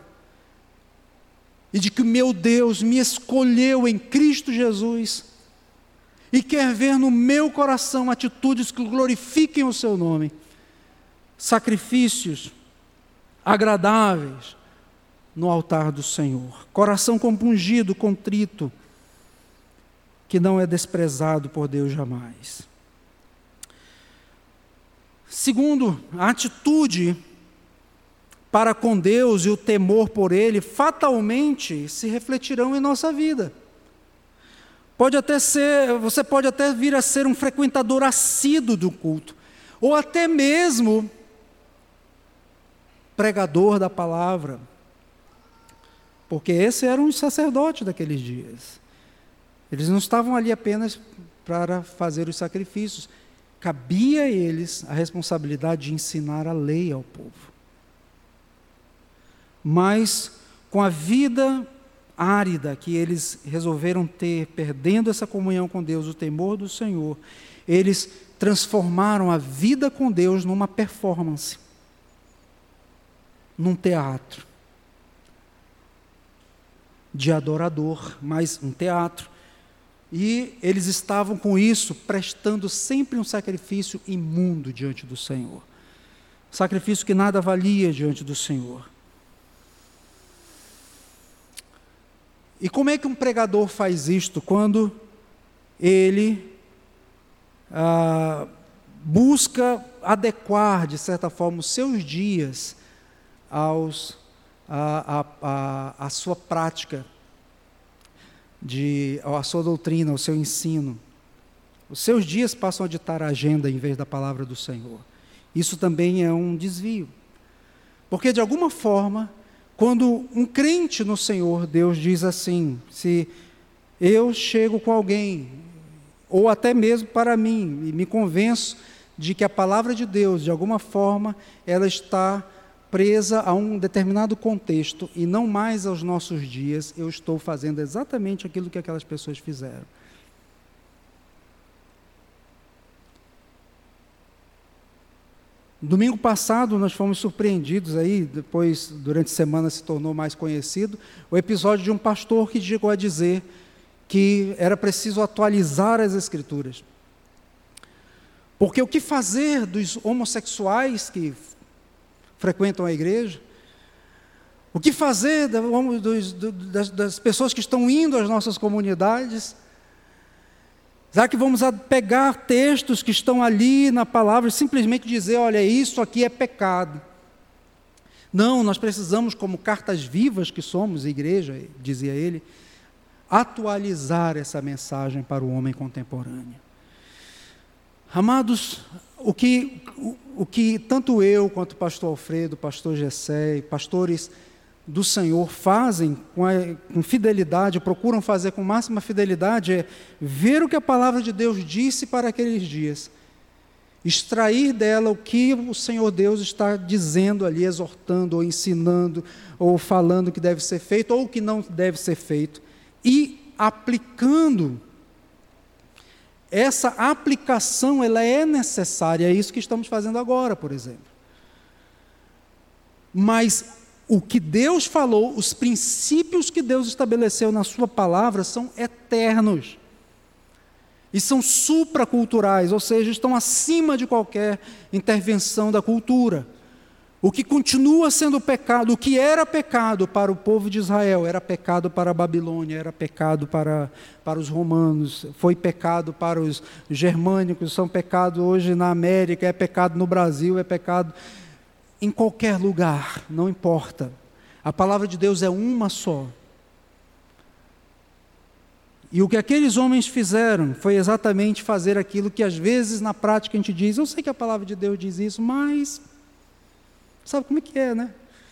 e de que o meu Deus me escolheu em Cristo Jesus, e quer ver no meu coração atitudes que glorifiquem o seu nome, sacrifícios agradáveis no altar do Senhor, coração compungido, contrito, que não é desprezado por Deus jamais. Segundo, a atitude para com Deus e o temor por Ele fatalmente se refletirão em nossa vida. Pode até ser, você pode até vir a ser um frequentador assíduo do culto, ou até mesmo pregador da palavra, porque esse eram os sacerdotes daqueles dias. Eles não estavam ali apenas para fazer os sacrifícios, cabia a eles a responsabilidade de ensinar a lei ao povo. Mas com a vida árida que eles resolveram ter, perdendo essa comunhão com Deus, o temor do Senhor, eles transformaram a vida com Deus numa performance, num teatro de adorador, mas um teatro. E eles estavam com isso, prestando sempre um sacrifício imundo diante do Senhor. Sacrifício que nada valia diante do Senhor. E como é que um pregador faz isto? Quando ele ah, busca adequar, de certa forma, os seus dias aos, a, a, a, a sua prática, de, a sua doutrina, ao seu ensino. Os seus dias passam a ditar a agenda em vez da palavra do Senhor. Isso também é um desvio. Porque, de alguma forma, quando um crente no Senhor, Deus diz assim, se eu chego com alguém, ou até mesmo para mim, e me convenço de que a palavra de Deus, de alguma forma, ela está presa a um determinado contexto e não mais aos nossos dias, eu estou fazendo exatamente aquilo que aquelas pessoas fizeram. Domingo passado nós fomos surpreendidos aí, depois durante a semana se tornou mais conhecido, o episódio de um pastor que chegou a dizer que era preciso atualizar as Escrituras. Porque o que fazer dos homossexuais que frequentam a igreja? O que fazer dos, das, das pessoas que estão indo às nossas comunidades? Será que vamos pegar textos que estão ali na palavra e simplesmente dizer, olha, isso aqui é pecado? Não, nós precisamos, como cartas vivas que somos, igreja, dizia ele, atualizar essa mensagem para o homem contemporâneo. Amados, o que, o, o que tanto eu quanto o pastor Alfredo, pastor Gessé, pastores do Senhor fazem com, a, com fidelidade, procuram fazer com máxima fidelidade, é ver o que a palavra de Deus disse para aqueles dias, extrair dela o que o Senhor Deus está dizendo ali, exortando, ou ensinando, ou falando que deve ser feito, ou que não deve ser feito, e aplicando. Essa aplicação, ela é necessária, é isso que estamos fazendo agora, por exemplo. Mas o que Deus falou, os princípios que Deus estabeleceu na sua palavra são eternos. E são supraculturais, ou seja, estão acima de qualquer intervenção da cultura. O que continua sendo pecado, o que era pecado para o povo de Israel, era pecado para a Babilônia, era pecado para, para os romanos, foi pecado para os germânicos, são pecado hoje na América, é pecado no Brasil, é pecado em qualquer lugar, não importa. A palavra de Deus é uma só. E o que aqueles homens fizeram foi exatamente fazer aquilo que às vezes na prática a gente diz, eu sei que a palavra de Deus diz isso, mas sabe como é que é, né?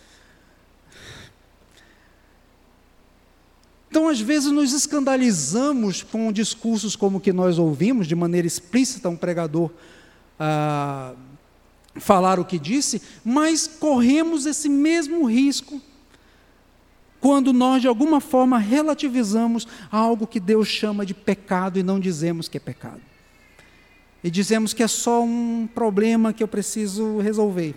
Então, às vezes, nos escandalizamos com discursos como o que nós ouvimos, de maneira explícita, um pregador ah, falar o que disse, mas corremos esse mesmo risco quando nós, de alguma forma, relativizamos algo que Deus chama de pecado e não dizemos que é pecado. E dizemos que é só um problema que eu preciso resolver.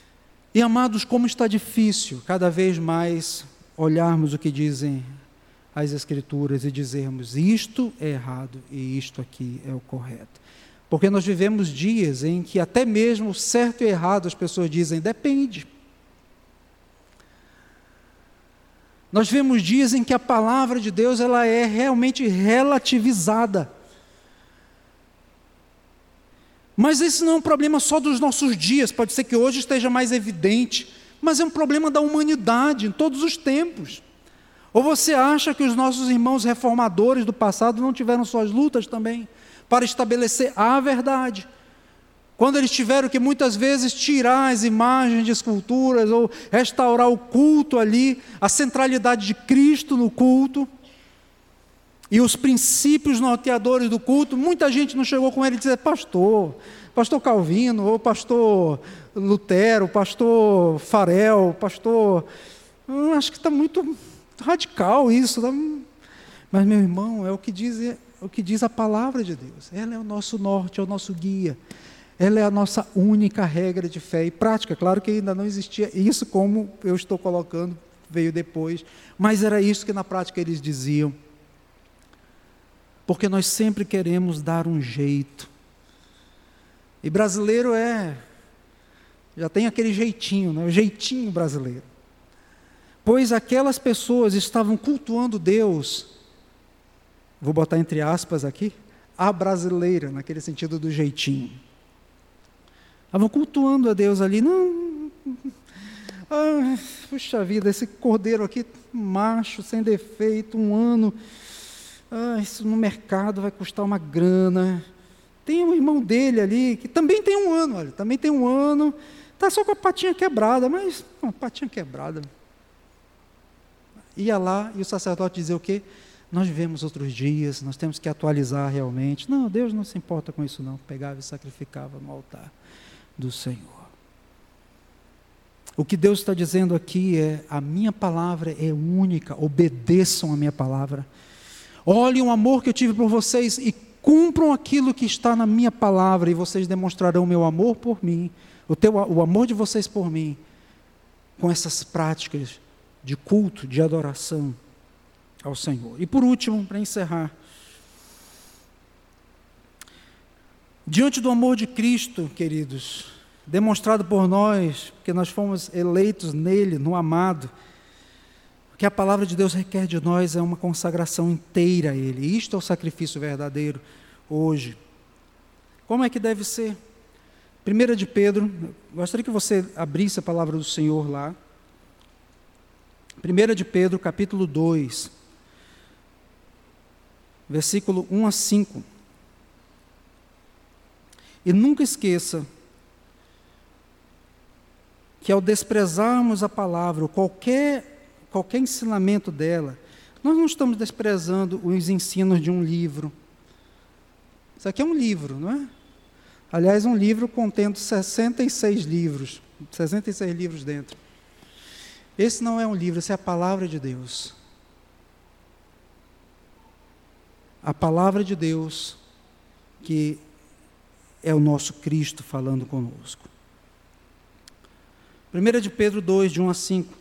E, amados, como está difícil cada vez mais olharmos o que dizem as Escrituras e dizermos: isto é errado e isto aqui é o correto. Porque nós vivemos dias em que até mesmo certo e errado as pessoas dizem: depende. Nós vemos dias em que a palavra de Deus ela é realmente relativizada. Mas esse não é um problema só dos nossos dias, pode ser que hoje esteja mais evidente, mas é um problema da humanidade em todos os tempos. Ou você acha que os nossos irmãos reformadores do passado não tiveram suas lutas também para estabelecer a verdade? Quando eles tiveram que muitas vezes tirar as imagens de esculturas ou restaurar o culto ali, a centralidade de Cristo no culto e os princípios norteadores do culto, muita gente não chegou com ele e disse: pastor, pastor Calvino, ou pastor Lutero, pastor Farel, pastor, eu acho que está muito radical isso. Tá? Mas, meu irmão, é o que diz, é o que diz a palavra de Deus. Ela é o nosso norte, é o nosso guia. Ela é a nossa única regra de fé e prática. Claro que ainda não existia isso como eu estou colocando, veio depois, mas era isso que na prática eles diziam. Porque nós sempre queremos dar um jeito. E brasileiro é, já tem aquele jeitinho, né? O jeitinho brasileiro. Pois aquelas pessoas estavam cultuando Deus, vou botar entre aspas aqui, a brasileira, naquele sentido do jeitinho. Estavam cultuando a Deus ali, não, ah, puxa vida, esse cordeiro aqui, macho, sem defeito, um ano, ah, isso no mercado vai custar uma grana. Tem um irmão dele ali, que também tem um ano, olha, também tem um ano, está só com a patinha quebrada, mas uma patinha quebrada. Ia lá e o sacerdote dizia o quê? Nós vivemos outros dias, nós temos que atualizar realmente. Não, Deus não se importa com isso não, pegava e sacrificava no altar do Senhor. O que Deus está dizendo aqui é: a minha palavra é única, obedeçam a minha palavra, olhem o amor que eu tive por vocês e cumpram aquilo que está na minha palavra, e vocês demonstrarão o meu amor por mim, o, teu, o amor de vocês por mim, com essas práticas de culto, de adoração ao Senhor. E por último, para encerrar, diante do amor de Cristo, queridos, demonstrado por nós, porque nós fomos eleitos nele, no amado, o que a palavra de Deus requer de nós é uma consagração inteira a Ele. Isto é o sacrifício verdadeiro hoje. Como é que deve ser? Primeira de Pedro, gostaria que você abrisse a palavra do Senhor lá. Primeira de Pedro, capítulo dois, versículo um a cinco. E nunca esqueça que ao desprezarmos a palavra, qualquer, qualquer ensinamento dela, nós não estamos desprezando os ensinos de um livro. Isso aqui é um livro, não é? Aliás, um livro contendo sessenta e seis livros, sessenta e seis livros dentro. Esse não é um livro, essa é a palavra de Deus. A palavra de Deus, que é o nosso Cristo falando conosco. Primeira de Pedro dois, de um a cinco.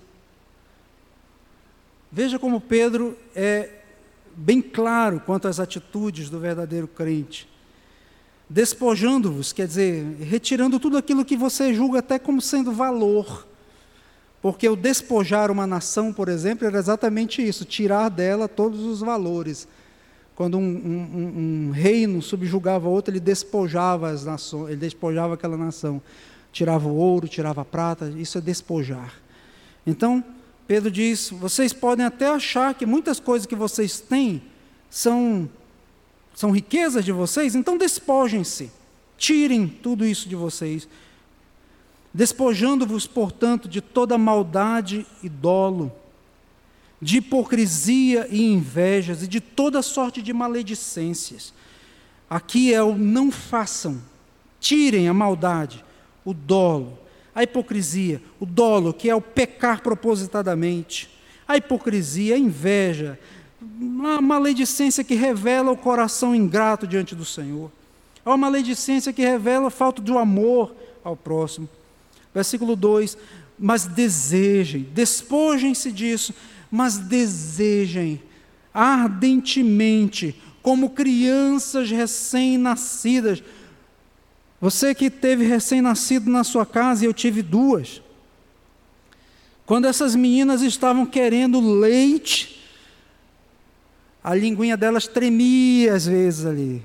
Veja como Pedro é bem claro quanto às atitudes do verdadeiro crente. Despojando-vos, quer dizer, retirando tudo aquilo que você julga até como sendo valor. Porque o despojar uma nação, por exemplo, era exatamente isso, tirar dela todos os valores. Quando um, um, um reino subjugava outro, ele despojava as nações, ele despojava aquela nação. Tirava o ouro, tirava a prata, isso é despojar. Então, Pedro diz, vocês podem até achar que muitas coisas que vocês têm são, são riquezas de vocês, então despojem-se, tirem tudo isso de vocês. Despojando-vos, portanto, de toda maldade e dolo, de hipocrisia e invejas, e de toda sorte de maledicências. Aqui é o não façam, tirem a maldade, o dolo, a hipocrisia, o dolo, que é o pecar propositadamente, a hipocrisia, a inveja, a maledicência que revela o coração ingrato diante do Senhor, a maledicência que revela a falta de amor ao próximo. Versículo dois, mas desejem, despojem-se disso, mas desejem ardentemente, como crianças recém-nascidas. Você que teve recém-nascido na sua casa, e eu tive duas. Quando essas meninas estavam querendo leite, a linguinha delas tremia às vezes ali.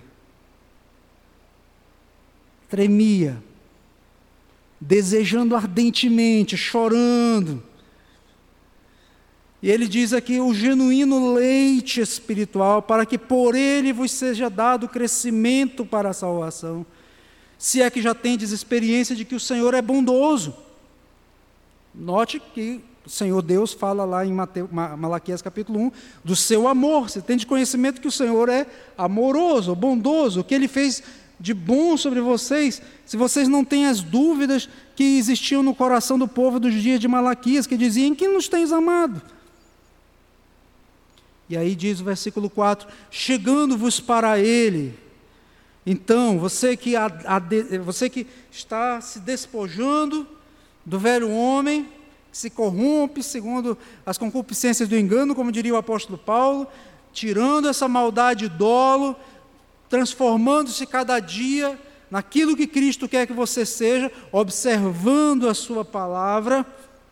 Tremia. Desejando ardentemente, chorando. E ele diz aqui, o genuíno leite espiritual, para que por ele vos seja dado crescimento para a salvação, se é que já tendes experiência de que o Senhor é bondoso. Note que o Senhor Deus fala lá em Mateus, Malaquias capítulo um, do seu amor. Você tem de conhecimento que o Senhor é amoroso, bondoso, o que Ele fez de bom sobre vocês, se vocês não têm as dúvidas que existiam no coração do povo dos dias de Malaquias, que diziam, que nos tens amado? E aí diz o versículo quatro, chegando-vos para Ele. Então, você que, a, a, você que está se despojando do velho homem, que se corrompe segundo as concupiscências do engano, como diria o apóstolo Paulo, tirando essa maldade e dolo, transformando-se cada dia naquilo que Cristo quer que você seja, observando a sua palavra.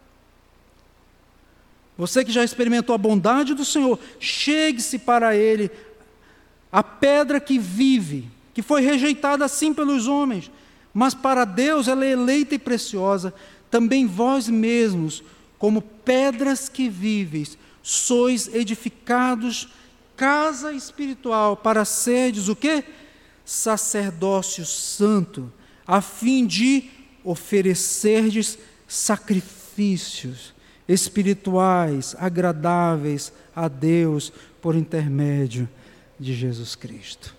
Você que já experimentou a bondade do Senhor, chegue-se para Ele, a pedra que vive, que foi rejeitada assim pelos homens, mas para Deus ela é eleita e preciosa. Também vós mesmos, como pedras que vives, sois edificados casa espiritual para serdes o quê? Sacerdócio santo, a fim de oferecerdes sacrifícios espirituais, agradáveis a Deus, por intermédio de Jesus Cristo.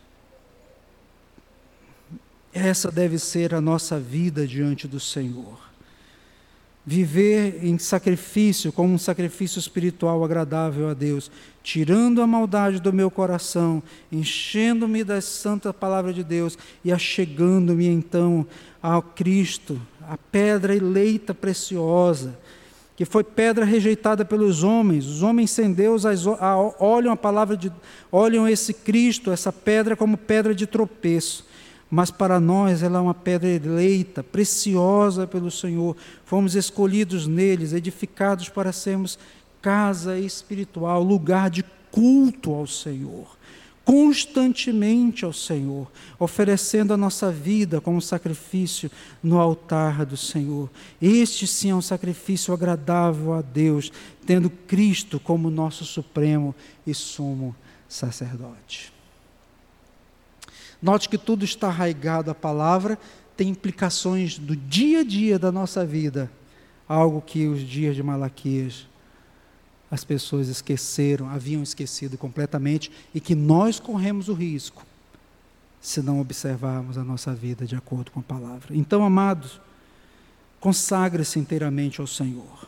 Essa deve ser a nossa vida diante do Senhor. Viver em sacrifício, como um sacrifício espiritual agradável a Deus, tirando a maldade do meu coração, enchendo-me da santa palavra de Deus e achegando-me então ao Cristo, a pedra eleita preciosa, que foi pedra rejeitada pelos homens. Os homens sem Deus as, a, olham a palavra de, olham esse Cristo, essa pedra como pedra de tropeço. Mas para nós ela é uma pedra eleita, preciosa pelo Senhor. Fomos escolhidos neles, edificados para sermos casa espiritual, lugar de culto ao Senhor, constantemente ao Senhor, oferecendo a nossa vida como sacrifício no altar do Senhor. Este sim é um sacrifício agradável a Deus, tendo Cristo como nosso supremo e sumo sacerdote. Note que tudo está arraigado à palavra, tem implicações do dia a dia da nossa vida, algo que os dias de Malaquias as pessoas esqueceram, haviam esquecido completamente, e que nós corremos o risco, se não observarmos a nossa vida de acordo com a palavra. Então, amados, consagre-se inteiramente ao Senhor.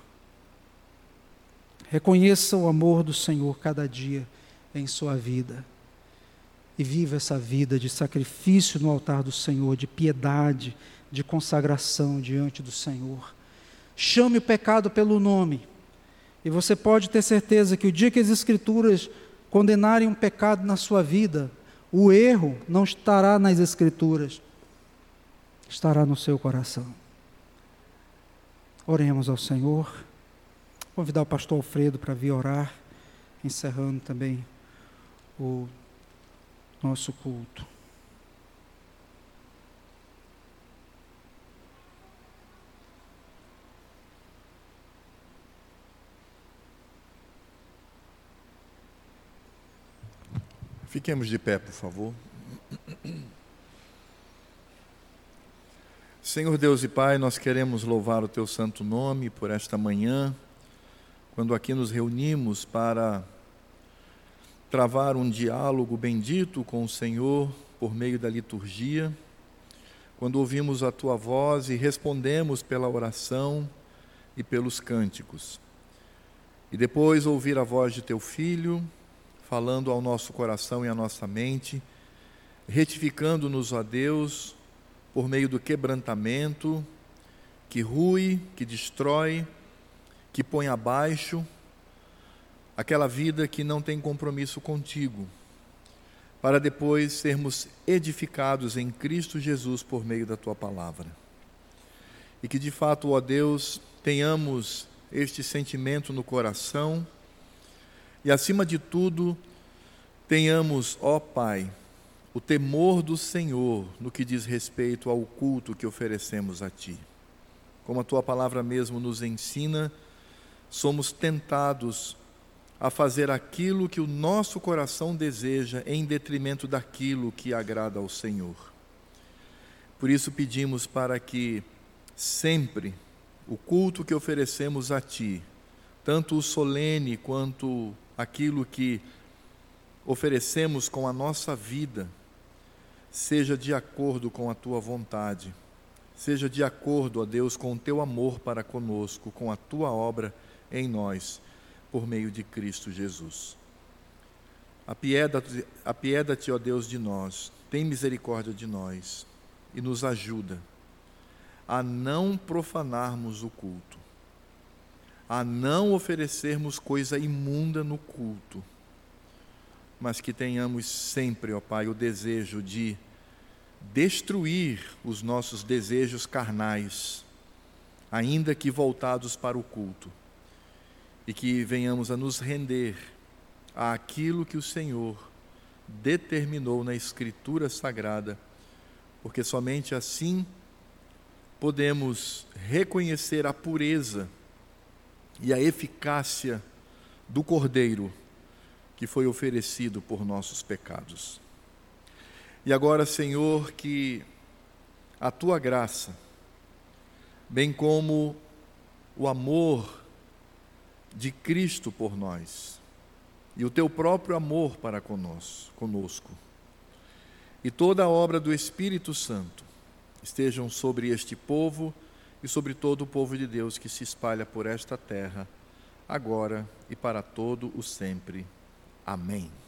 Reconheça o amor do Senhor cada dia em sua vida. E viva essa vida de sacrifício no altar do Senhor, de piedade, de consagração diante do Senhor. Chame o pecado pelo nome. E você pode ter certeza que o dia que as Escrituras condenarem um pecado na sua vida, o erro não estará nas Escrituras, estará no seu coração. Oremos ao Senhor. Vou convidar o pastor Alfredo para vir orar, encerrando também o nosso culto. Fiquemos de pé, por favor. Senhor Deus e Pai, nós queremos louvar o Teu santo nome por esta manhã, quando aqui nos reunimos para travar um diálogo bendito com o Senhor por meio da liturgia, quando ouvimos a Tua voz e respondemos pela oração e pelos cânticos. E depois ouvir a voz de Teu Filho, falando ao nosso coração e à nossa mente, retificando-nos, ó Deus, por meio do quebrantamento, que rui, que destrói, que põe abaixo aquela vida que não tem compromisso contigo, para depois sermos edificados em Cristo Jesus por meio da tua palavra. E que de fato, ó Deus, tenhamos este sentimento no coração e, acima de tudo, tenhamos, ó Pai, o temor do Senhor no que diz respeito ao culto que oferecemos a Ti. Como a Tua palavra mesmo nos ensina, somos tentados a fazer aquilo que o nosso coração deseja em detrimento daquilo que agrada ao Senhor. Por isso pedimos para que sempre o culto que oferecemos a Ti, tanto o solene quanto aquilo que oferecemos com a nossa vida, seja de acordo com a Tua vontade, seja de acordo, ó Deus, com o Teu amor para conosco, com a Tua obra em nós, por meio de Cristo Jesus. Apieda-te, apieda-te, ó Deus, de nós, tem misericórdia de nós e nos ajuda a não profanarmos o culto, a não oferecermos coisa imunda no culto, mas que tenhamos sempre, ó Pai, o desejo de destruir os nossos desejos carnais, ainda que voltados para o culto, e que venhamos a nos render àquilo que o Senhor determinou na Escritura Sagrada, porque somente assim podemos reconhecer a pureza e a eficácia do Cordeiro que foi oferecido por nossos pecados. E agora, Senhor, que a Tua graça, bem como o amor de Cristo por nós e o Teu próprio amor para conosco, e toda a obra do Espírito Santo estejam sobre este povo e sobre todo o povo de Deus que se espalha por esta terra, agora e para todo o sempre. Amém.